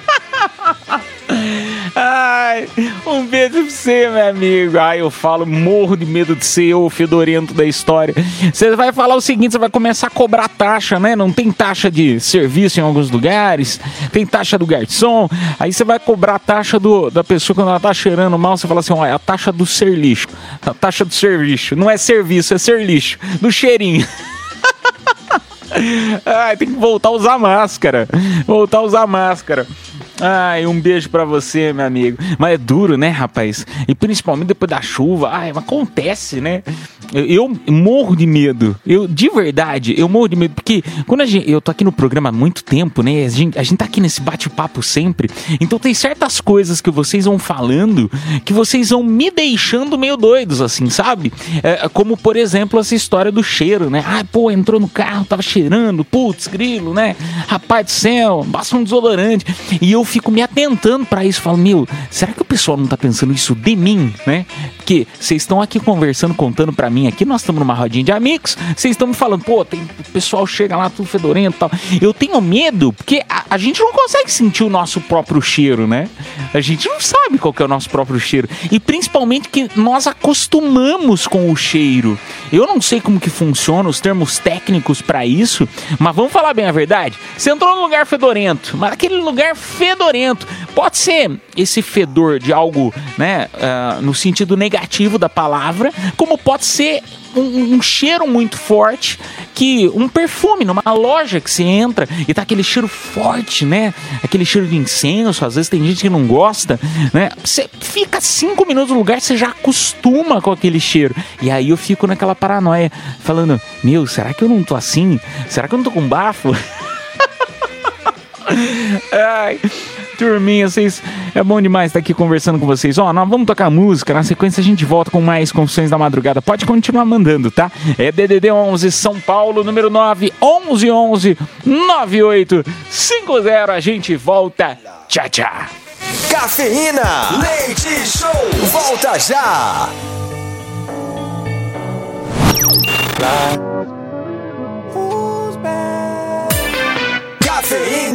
Ai, um beijo pra você, meu amigo. Ai, eu falo, morro de medo de ser o fedorento da história. Você vai falar o seguinte, você vai começar a cobrar taxa, né? Não tem taxa de serviço em alguns lugares, tem taxa do garçom. Aí você vai cobrar a taxa do, da pessoa quando ela tá cheirando mal. Você fala assim, ó, é a taxa do ser lixo. A taxa do serviço. Não é serviço, é ser lixo. Do cheirinho. Ai, tem que voltar a usar máscara. Voltar a usar máscara. Ai, um beijo pra você, meu amigo. Mas é duro, né, rapaz? E principalmente depois da chuva. Ai, acontece, né? Eu, eu morro de medo. Eu, de verdade, eu morro de medo. Porque quando a gente, eu tô aqui no programa há muito tempo, né? A gente, a gente tá aqui nesse bate-papo sempre. Então tem certas coisas que vocês vão falando que vocês vão me deixando meio doidos, assim, sabe? É, como, por exemplo, essa história do cheiro, né? Ah, pô, entrou no carro, tava cheirando. Putz, grilo, né? Rapaz do céu, passa um desodorante. E eu fico me atentando pra isso. Falo, meu, será que o pessoal não tá pensando isso de mim, né? Porque vocês estão aqui conversando, contando pra mim aqui, nós estamos numa rodinha de amigos, vocês estão me falando, pô, tem, o pessoal chega lá tudo fedorento e tal. Eu tenho medo, porque a, a gente não consegue sentir o nosso próprio cheiro, né? A gente não sabe qual que é o nosso próprio cheiro. E principalmente que nós acostumamos com o cheiro. Eu não sei como que funciona os termos técnicos pra isso, mas vamos falar bem a verdade. Você entrou num lugar fedorento, mas aquele lugar fedorento pode ser esse fedor de algo, né, uh, no sentido negativo da palavra, como pode ser um, um cheiro muito forte, que um perfume numa loja que você entra e tá aquele cheiro forte, né, aquele cheiro de incenso, às vezes tem gente que não gosta, né, você fica cinco minutos no lugar, você já acostuma com aquele cheiro, e aí eu fico naquela paranoia, falando, meu, será que eu não tô assim? Será que eu não tô com bafo? Ai, turminha, vocês, é bom demais estar aqui conversando com vocês. Ó, nós vamos tocar música, na sequência a gente volta com mais Confissões da Madrugada. Pode continuar mandando, tá? É D D D onze São Paulo, número nove onze onze nove oito cinco zero. A gente volta. Tchau, tchau. Cafeína, leite show, volta já. Who's bad?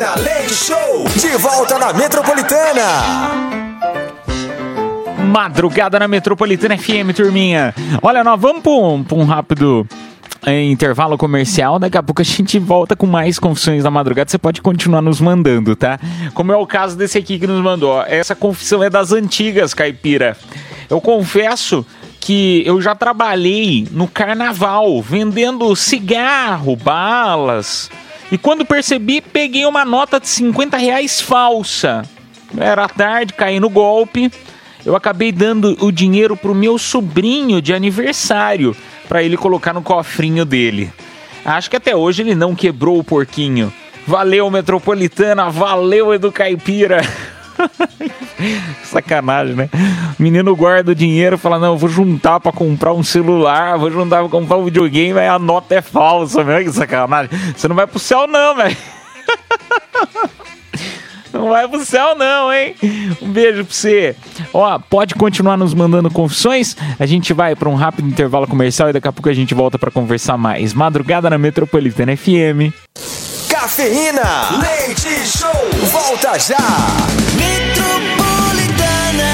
Cafeína Leite Show, de volta na Metropolitana. Madrugada na Metropolitana F M, turminha. Olha, nós vamos para um, um rápido é, intervalo comercial. Daqui a pouco a gente volta com mais confissões da madrugada. Você pode continuar nos mandando, tá? Como é o caso desse aqui que nos mandou. Ó, essa confissão é das antigas, caipira. Eu confesso que eu já trabalhei no carnaval, vendendo cigarro, balas. E quando percebi, peguei uma nota de cinquenta reais falsa. Era tarde, caí no golpe. Eu acabei dando o dinheiro pro meu sobrinho de aniversário, para ele colocar no cofrinho dele. Acho que até hoje ele não quebrou o porquinho. Valeu, Metropolitana, valeu, Edu Caipira. Sacanagem, né? O menino guarda o dinheiro e fala, não, eu vou juntar pra comprar um celular, vou juntar pra comprar um videogame, aí a nota é falsa, meu. Que sacanagem. Você não vai pro céu não, velho. Não vai pro céu não, hein? Um beijo pra você. Ó, pode continuar nos mandando confissões. A gente vai pra um rápido intervalo comercial e daqui a pouco a gente volta pra conversar mais. Madrugada na Metropolitana F M. Cafeína Leite Show, volta já. Metropolitana,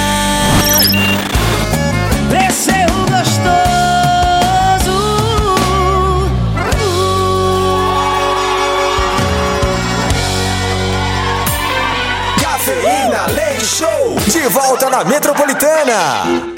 esse é o gostoso. Cafeína Leite Show, de volta na Metropolitana.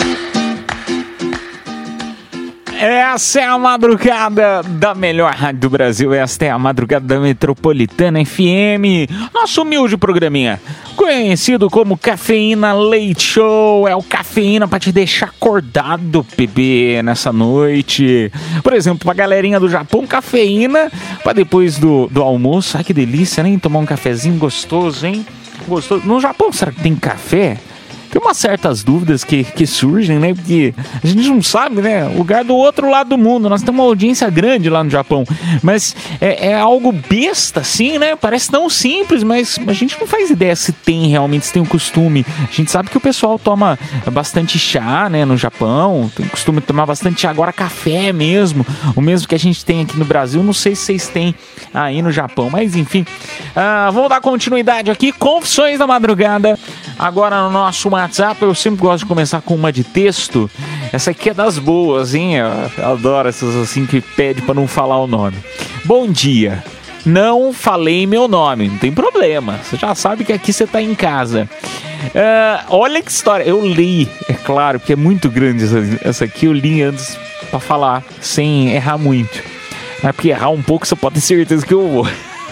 Essa é a madrugada da melhor rádio do Brasil. Esta é a madrugada da Metropolitana F M. Nosso humilde programinha, conhecido como Cafeína Leite Show. É o cafeína pra te deixar acordado, bebê, nessa noite. Por exemplo, pra galerinha do Japão, cafeína pra depois do, do almoço. Ai, que delícia, né? Tomar um cafezinho gostoso, hein? Gostoso. No Japão, será que tem café? Tem umas certas dúvidas que, que surgem, né? Porque a gente não sabe, né? O lugar do outro lado do mundo. Nós temos uma audiência grande lá no Japão. Mas é, é algo besta, assim, né? Parece tão simples, mas a gente não faz ideia se tem realmente, se tem o costume. A gente sabe que o pessoal toma bastante chá, né? No Japão. Tem o costume de tomar bastante chá. Agora café mesmo. O mesmo que a gente tem aqui no Brasil. Não sei se vocês têm aí no Japão. Mas, enfim. Ah, vamos dar continuidade aqui. Confissões da madrugada. Agora no nosso WhatsApp, eu sempre gosto de começar com uma de texto. Essa aqui é das boas, hein? Eu adoro essas assim que pede para não falar o nome. Bom dia. Não falei meu nome, não tem problema. Você já sabe que aqui você tá em casa. Uh, olha que história. Eu li, é claro, porque é muito grande essa, essa aqui. Eu li antes para falar, sem errar muito. Mas porque errar um pouco, você pode ter certeza que eu vou.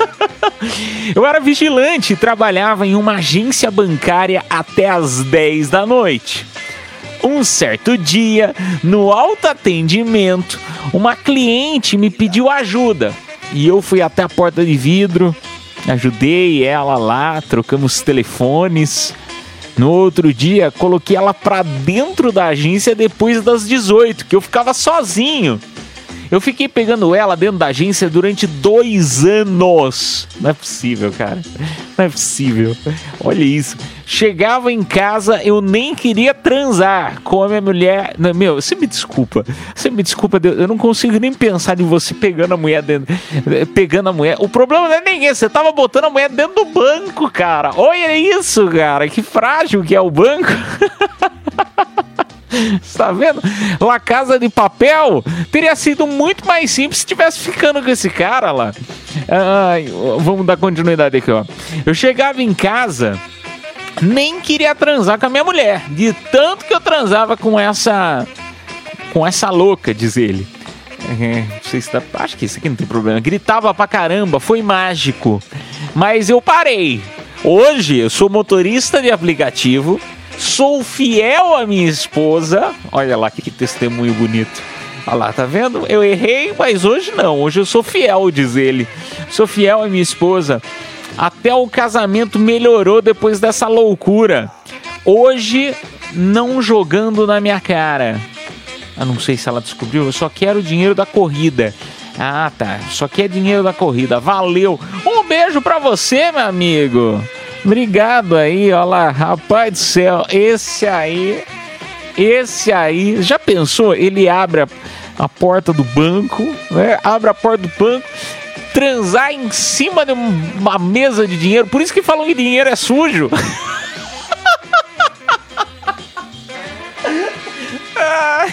Eu era vigilante e trabalhava em uma agência bancária até as dez da noite. Um certo dia, no autoatendimento, uma cliente me pediu ajuda e eu fui até a porta de vidro, ajudei ela lá, trocamos telefones. No outro dia, coloquei ela pra dentro da agência depois das dezoito, que eu ficava sozinho. Eu fiquei pegando ela dentro da agência durante dois anos. Não é possível, cara. Não é possível. Olha isso. Chegava em casa, eu nem queria transar com a minha mulher. Não, meu, você me desculpa. Você me desculpa, eu não consigo nem pensar em você pegando a mulher dentro. Pegando a mulher. O problema não é nem esse. Você tava botando a mulher dentro do banco, cara. Olha isso, cara. Que frágil que é o banco. Você tá vendo? La Casa de Papel teria sido muito mais simples se tivesse ficando com esse cara lá. Ai, vamos dar continuidade aqui, ó. Eu chegava em casa, nem queria transar com a minha mulher, de tanto que eu transava com essa com essa louca, diz ele. É, não sei se tá, acho que isso aqui não tem problema. Gritava pra caramba, foi mágico. Mas eu parei. Hoje eu sou motorista de aplicativo. Sou fiel à minha esposa. Olha lá que testemunho bonito. Olha lá, tá vendo? Eu errei, mas hoje não. Hoje eu sou fiel, diz ele. Sou fiel à minha esposa. Até o casamento melhorou depois dessa loucura. Hoje, não jogando na minha cara. Eu não sei se ela descobriu. Eu só quero o dinheiro da corrida. Ah, tá. Só quer dinheiro da corrida. Valeu. Um beijo pra você, meu amigo. Obrigado aí, olha lá, rapaz do céu, esse aí, esse aí, já pensou? Ele abre a, a porta do banco, né? Abre a porta do banco, transar em cima de uma mesa de dinheiro. Por isso que falam que dinheiro é sujo. Ai,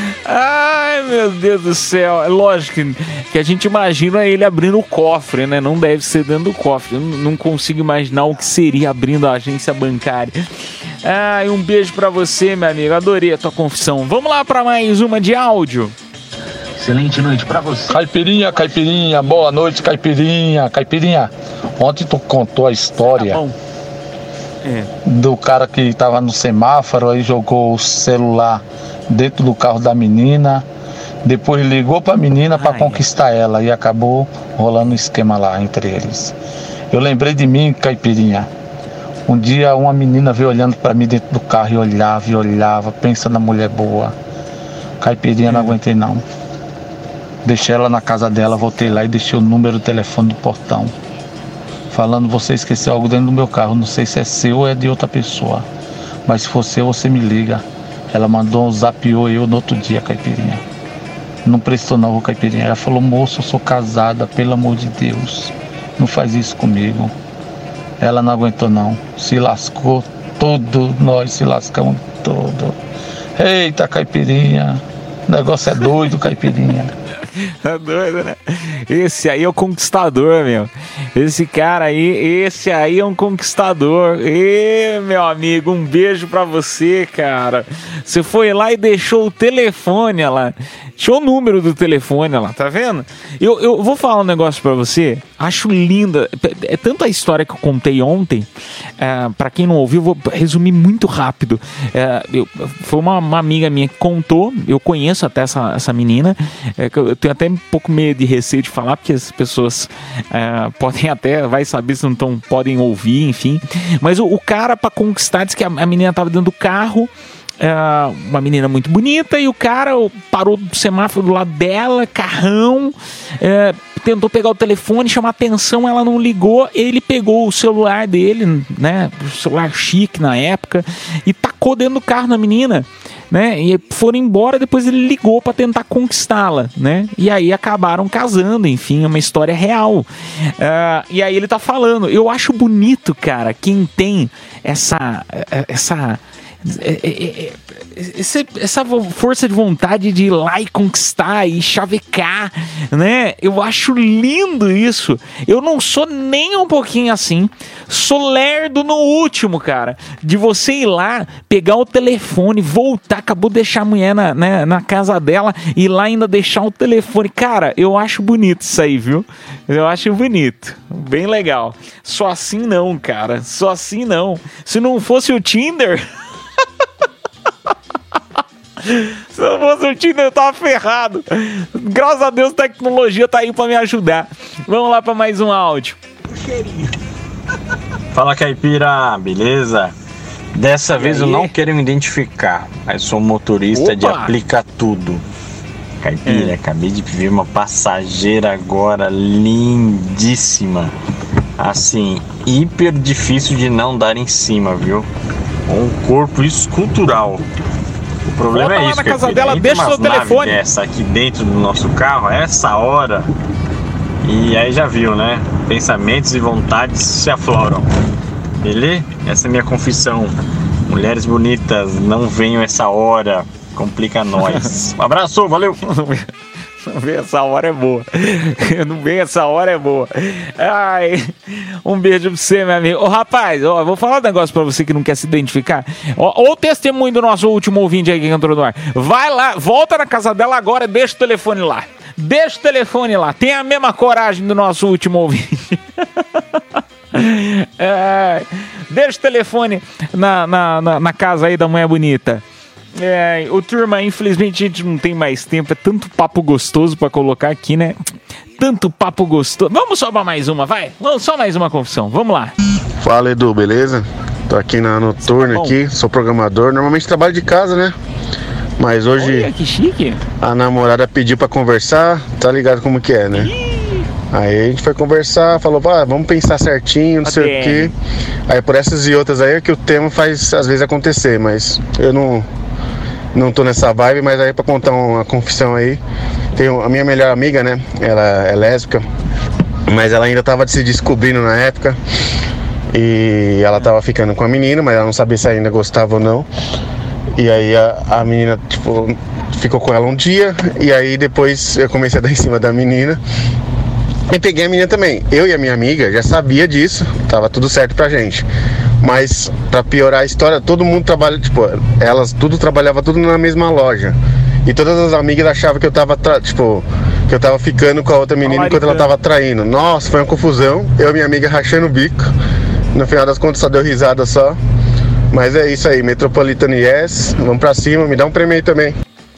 ai, meu Deus do céu. É lógico que, que a gente imagina ele abrindo o cofre, né? Não deve ser dentro do cofre. Eu não consigo imaginar o que seria abrindo a agência bancária. Ai, um beijo pra você, meu amigo. Adorei a tua confissão. Vamos lá pra mais uma de áudio. Excelente noite pra você. Caipirinha, Caipirinha, boa noite, Caipirinha. Caipirinha, ontem tu contou a história tá é. do cara que tava no semáforo, aí jogou o celular dentro do carro da menina, depois ligou pra menina pra conquistar ela e acabou rolando um esquema lá entre eles. Eu lembrei de mim, Caipirinha. Um dia uma menina veio olhando pra mim dentro do carro e olhava e olhava, pensa na mulher boa. Caipirinha, não aguentei não. Deixei ela na casa dela, voltei lá e deixei o número do telefone do portão. Falando, você esqueceu algo dentro do meu carro, não sei se é seu ou é de outra pessoa. Mas se for seu, você me liga. Ela mandou um zapiou eu no outro dia, Caipirinha. Não prestou não, Caipirinha. Ela falou, moço, eu sou casada, pelo amor de Deus. Não faz isso comigo. Ela não aguentou não. Se lascou todo, nós se lascamos todo. Eita, Caipirinha. O negócio é doido, Caipirinha. Tá doido, né? Esse aí é o conquistador, meu. Esse cara aí, esse aí é um conquistador. E meu amigo, um beijo pra você, cara. Você foi lá e deixou o telefone lá. Deixou o número do telefone lá, tá vendo? Eu, eu vou falar um negócio pra você. Acho linda. É tanta a história que eu contei ontem. É, pra quem não ouviu, vou resumir muito rápido. É, eu, foi uma, uma amiga minha que contou. Eu conheço até essa, essa menina. É, que eu, eu tenho até um pouco medo de receio de falar, porque as pessoas é, podem até, vai saber se não tão, podem ouvir, enfim. Mas o, o cara, pra conquistar, disse que a, a menina tava dentro do carro. É, uma menina muito bonita, e o cara parou do semáforo do lado dela, carrão, é, tentou pegar o telefone, chamar atenção, ela não ligou, ele pegou o celular dele, né, o celular chique na época, e tacou dentro do carro na menina, né, e foram embora. Depois ele ligou para tentar conquistá-la, né, e aí acabaram casando, enfim, é uma história real. É, e aí ele tá falando, eu acho bonito, cara, quem tem essa essa É, é, é, essa, essa força de vontade de ir lá e conquistar e chavecar, né? Eu acho lindo isso. Eu não sou nem um pouquinho assim. Sou lerdo no último, cara. De você ir lá, pegar o telefone, voltar, acabou de deixar a mulher na, né, na casa dela, e ir lá ainda deixar o telefone. Cara, eu acho bonito isso aí, viu? Eu acho bonito. Bem legal. Só assim não, cara. Só assim não. Se não fosse o Tinder... Se não fosse o Tinder, eu tava ferrado. Graças a Deus, a tecnologia tá aí pra me ajudar. Vamos lá pra mais um áudio. Fala, Caipira, beleza? Dessa vez eu não quero me identificar, mas sou motorista Opa. de Aplica Tudo. Caipira, é. acabei de ver uma passageira agora lindíssima. Assim, hiper difícil de não dar em cima, viu? Um corpo escultural. O problema Volta é isso, na casa filho. dela, deixa o seu telefone. Essa aqui dentro do nosso carro, a essa hora. E aí já viu, né? Pensamentos e vontades se afloram. Beleza? Essa é a minha confissão. Mulheres bonitas, não venham essa hora. Complica nós. Um abraço, valeu! Não vem essa hora é boa. Não vem essa hora é boa. Ai, um beijo pra você, meu amigo. Ô, rapaz, ó, vou falar um negócio pra você que não quer se identificar. Ó, ó o testemunho do nosso último ouvinte aí que entrou no ar. Vai lá, volta na casa dela agora, deixa o telefone lá. Deixa o telefone lá. Tem a mesma coragem do nosso último ouvinte. É, deixa o telefone na, na, na, na casa aí da mulher bonita. É, o turma, infelizmente a gente não tem mais tempo. É tanto papo gostoso pra colocar aqui, né? Tanto papo gostoso. Vamos só pra mais uma, vai. Vamos só mais uma confissão, vamos lá. Fala, Edu, beleza? Tô aqui na Noturna, tá aqui, sou programador. Normalmente trabalho de casa, né? Mas hoje Olha, que chique. A namorada pediu pra conversar. Tá ligado como que é, né? Ih. Aí a gente foi conversar, falou, ah, vamos pensar certinho, não tá sei bem. o quê. Aí por essas e outras aí é que o tema faz às vezes acontecer, mas eu não... Não tô nessa vibe, mas aí pra contar uma confissão aí, tem a minha melhor amiga, né? Ela é lésbica. mas ela ainda tava se descobrindo na época. E ela tava ficando com a menina, mas ela não sabia se ainda gostava ou não. E aí a, a menina, tipo, ficou com ela um dia. E aí depois eu comecei a dar em cima da menina. E peguei a menina também. Eu e a minha amiga já sabia disso, tava tudo certo pra gente. Mas pra piorar a história, todo mundo trabalha, tipo, elas tudo trabalhava tudo na mesma loja. E todas as amigas achavam que eu tava, tra- tipo, que eu tava ficando com a outra menina enquanto ela tava traindo. Nossa, foi uma confusão. Eu e minha amiga rachando o bico. No final das contas só deu risada só. Mas é isso aí, Metropolitana Yes. Vamos pra cima, me dá um prêmio aí também.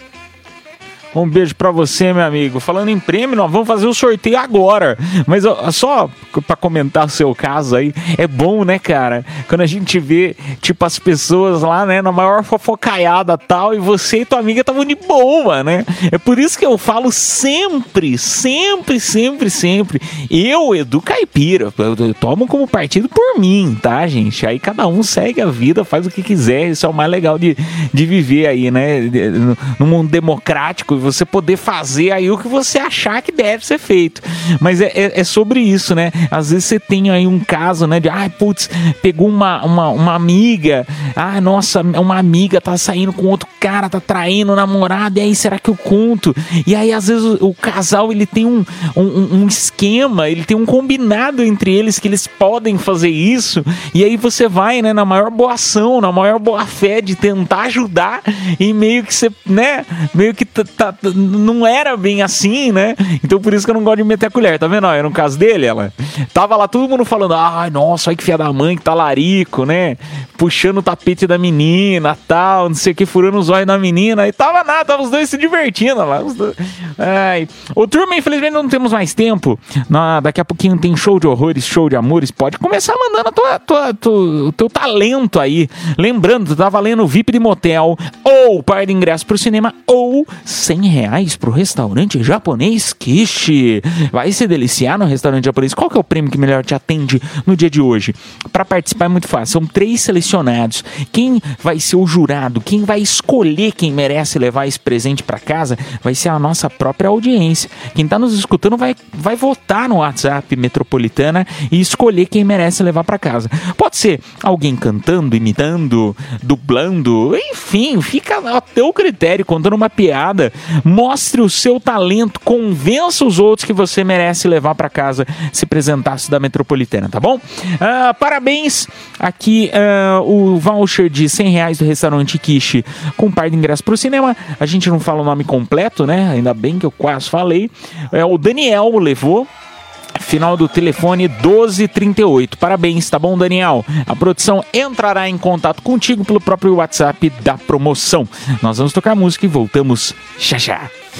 Um beijo pra você, meu amigo. Falando em prêmio, nós vamos fazer o sorteio agora. Mas ó, só pra comentar o seu caso aí, é bom, né, cara? Quando a gente vê, tipo, as pessoas lá, né, na maior fofocaiada e tal, e você e tua amiga estavam de boa, né? É por isso que eu falo sempre, sempre, sempre, sempre. Eu, Edu Caipira, eu, eu tomo como partido por mim, tá, gente? Aí cada um segue a vida, faz o que quiser. Isso é o mais legal de, de viver aí, né? No, no mundo democrático, você poder fazer aí o que você achar que deve ser feito. Mas é, é, é sobre isso, né? Às vezes você tem aí um caso, né? De, ai, putz, pegou uma, uma, uma amiga, ah, nossa, uma amiga tá saindo com outro cara, tá traindo o namorado, e aí será que eu conto? E aí às vezes o, o casal, ele tem um, um, um esquema, ele tem um combinado entre eles que eles podem fazer isso, e aí você vai, né, na maior boa ação, na maior boa fé de tentar ajudar, e meio que você, né, meio que tá, tá não era bem assim, né? Então por isso que eu não gosto de meter a colher, tá vendo? Era no caso dele, ela tava lá todo mundo falando, ai, nossa, olha que filha da mãe, que talarico, né? Puxando o tapete da menina, tal, não sei o que, furando os olhos da menina, e tava nada, tava os dois se divertindo lá. Os dois. Ai. Ô, turma, infelizmente não temos mais tempo. Na, daqui a pouquinho tem show de horrores, show de amores. Pode começar mandando a tua, tua, tua, o teu talento aí. Lembrando, tá valendo V I P de motel, ou par de ingresso pro cinema, ou cem reais pro restaurante japonês Kishi. Vai se deliciar no restaurante japonês. Qual que é o prêmio que melhor te atende no dia de hoje? Para participar é muito fácil. São três selecionados. Quem vai ser o jurado? Quem vai escolher quem merece levar esse presente para casa? Vai ser a nossa própria audiência. Quem tá nos escutando vai, vai votar no WhatsApp Metropolitana e escolher quem merece levar para casa. Pode ser alguém cantando, imitando, dublando, enfim, fica ao teu critério, contando uma piada. Mostre o seu talento, convença os outros que você merece levar para casa se apresentasse da Metropolitana, tá bom? Uh, parabéns, aqui uh, o voucher de cem reais do restaurante Kishi com um par de ingressos pro cinema. A gente não fala o nome completo, né? Ainda bem que eu quase falei. É, o Daniel levou. Final do telefone doze trinta e oito. Parabéns, tá bom, Daniel? A produção entrará em contato contigo pelo próprio WhatsApp da promoção. Nós vamos tocar música e voltamos já já.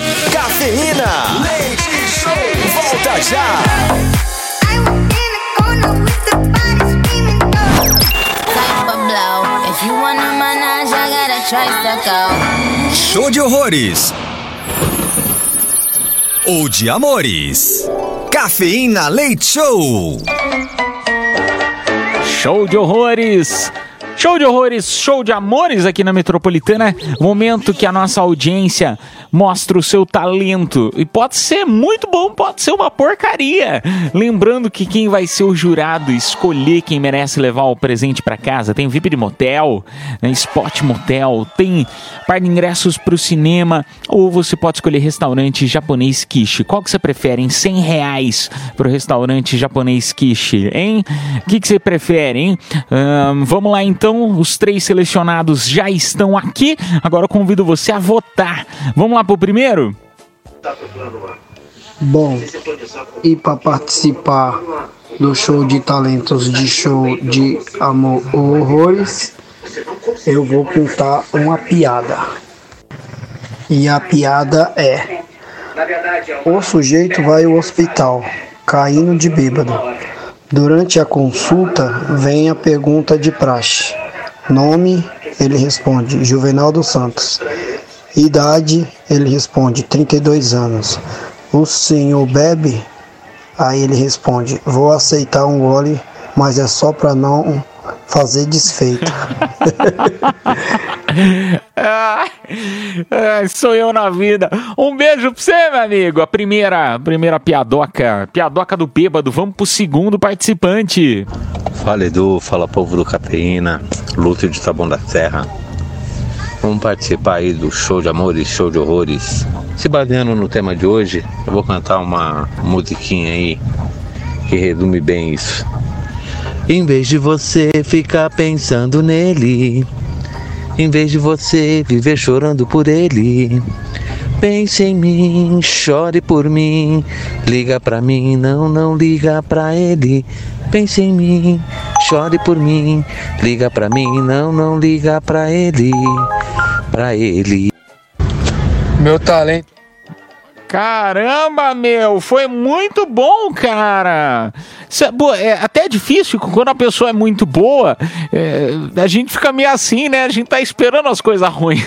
Cafeína, leite show, volta já. Show de horrores ou de amores. Cafeína Leite Show. Show de horrores. Show de horrores, show de amores aqui na Metropolitana. Momento que a nossa audiência mostra o seu talento. E pode ser muito bom, pode ser uma porcaria. Lembrando que quem vai ser o jurado, escolher quem merece levar o presente para casa. Tem V I P de motel, né, Spot Motel, tem par de ingressos pro cinema. Ou você pode escolher restaurante japonês Kishi. Qual que você prefere, hein? cem reais pro restaurante japonês Kishi, hein? O que, que você prefere, hein? Um, vamos lá então. Os três selecionados já estão aqui. Agora eu convido você a votar. Vamos lá pro primeiro? Bom, e para participar do show de talentos de show de amor ou horrores, eu vou contar uma piada. E a piada é: o sujeito vai ao hospital, caindo de bêbado. Durante a consulta, vem a pergunta de praxe. Nome, ele responde, Juvenal dos Santos. Idade, ele responde, trinta e dois anos. O senhor bebe? Aí ele responde, vou aceitar um gole, mas é só para não fazer desfeito. Ah, ah, sou eu na vida. Um beijo pra você, meu amigo. A primeira, primeira piadoca, piadoca do bêbado. Vamos pro segundo participante. Fala, Edu, fala, povo do Cafeína, Lúcio de Taboão da Serra. Vamos participar aí do show de amores, show de horrores. Se baseando no tema de hoje, eu vou cantar uma musiquinha aí que resume bem isso. Em vez de você ficar pensando nele, em vez de você viver chorando por ele, pense em mim, chore por mim, liga pra mim, não, não liga pra ele. Pense em mim, chore por mim, liga pra mim, não, não liga pra ele, pra ele. Meu talento. Caramba, meu, foi muito bom, cara. Isso é, bo- é até difícil, quando a pessoa é muito boa, é, a gente fica meio assim, né? A gente tá esperando as coisas ruins.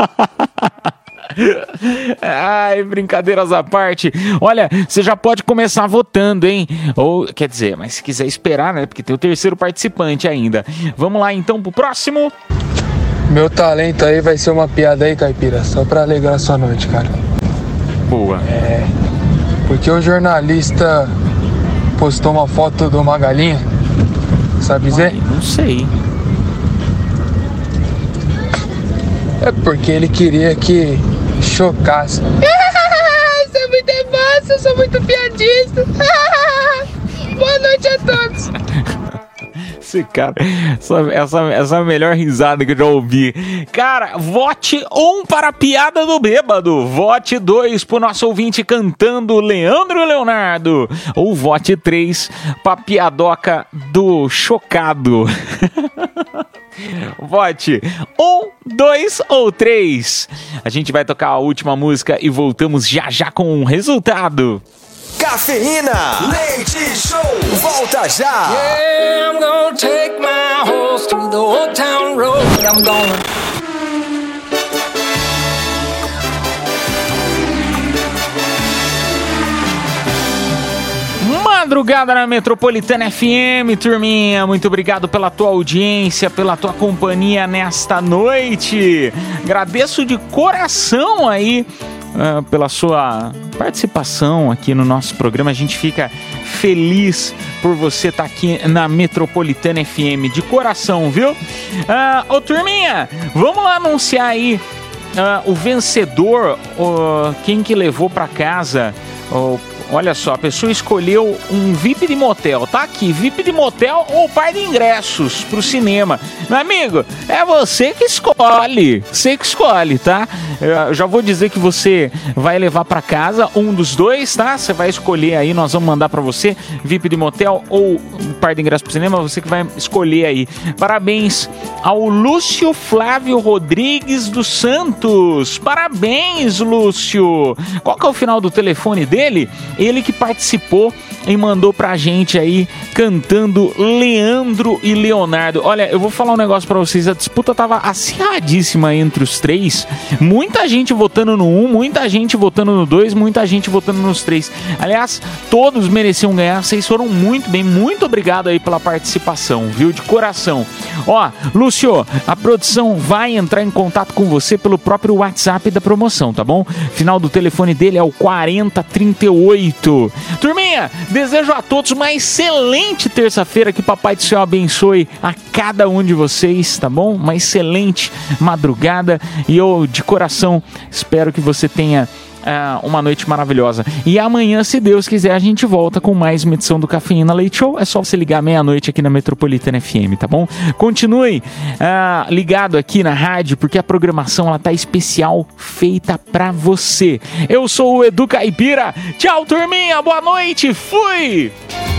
Ai, brincadeiras à parte. Olha, você já pode começar votando, hein? Ou, quer dizer, mas se quiser esperar, né? Porque tem o terceiro participante ainda. Vamos lá, então, pro próximo. Meu talento aí vai ser uma piada aí, Caipira, só pra alegrar sua noite, cara. Boa. É, porque o jornalista postou uma foto de uma galinha, sabe dizer? Ai, não sei. É porque ele queria que chocasse. Isso é muito fácil, eu sou muito piadista. Boa noite a todos. Esse cara, essa, essa, essa é a melhor risada que eu já ouvi. Cara, vote um para a piada do bêbado. Vote dois pro nosso ouvinte cantando Leandro e Leonardo. Ou vote três pra piadoca do chocado. Vote um, dois ou três. A gente vai tocar a última música e voltamos já já com o resultado. Cafeína, leite show, volta já. Yeah, I'm gonna take my horse through the old town road. I'm gonna Madrugada na Metropolitana F M, turminha, muito obrigado pela tua audiência, pela tua companhia nesta noite. Agradeço de coração aí uh, pela sua participação aqui no nosso programa. A gente fica feliz por você estar tá aqui na Metropolitana F M, de coração, viu? Uh, ô, turminha, vamos lá anunciar aí uh, o vencedor, uh, quem que levou para casa o uh, olha só, a pessoa escolheu um V I P de motel, tá aqui, V I P de motel ou par de ingressos pro cinema. Meu amigo, é você que escolhe, você que escolhe, tá? Eu já vou dizer que você vai levar pra casa um dos dois, tá? Você vai escolher aí, nós vamos mandar pra você V I P de motel ou par de ingressos pro cinema, você que vai escolher aí. Parabéns ao Lúcio Flávio Rodrigues dos Santos. Parabéns, Lúcio. Qual que é o final do telefone dele? Ele que participou e mandou pra gente aí cantando Leandro e Leonardo. Olha, eu vou falar um negócio pra vocês. A disputa tava acirradíssima entre os três. Muita gente votando no um, muita gente votando no dois, muita gente votando nos três. Aliás, todos mereciam ganhar. Vocês foram muito bem. Muito obrigado aí pela participação, viu? De coração. Ó, Lúcio, a produção vai entrar em contato com você pelo próprio WhatsApp da promoção, tá bom? Final do telefone dele é o quarenta trinta e oito. Turminha, desejo a todos uma excelente terça-feira, que Papai do Céu abençoe a cada um de vocês, tá bom? Uma excelente madrugada e eu, de coração, espero que você tenha uh, uma noite maravilhosa. E amanhã, se Deus quiser, a gente volta com mais uma edição do Cafeína Leite Show. É só você ligar meia-noite aqui na Metropolitana F M, tá bom? Continue uh, ligado aqui na rádio, porque a programação ela tá especial, feita pra você. Eu sou o Edu Caipira. Tchau, turminha. Boa noite. Fui!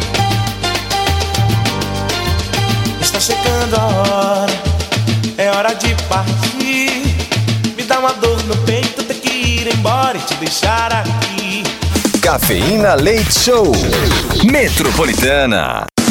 Está chegando a hora, é hora de partir. Me dá uma dor no peito, ter que ir embora e te deixar aqui. Cafeína Leite Show, Metropolitana.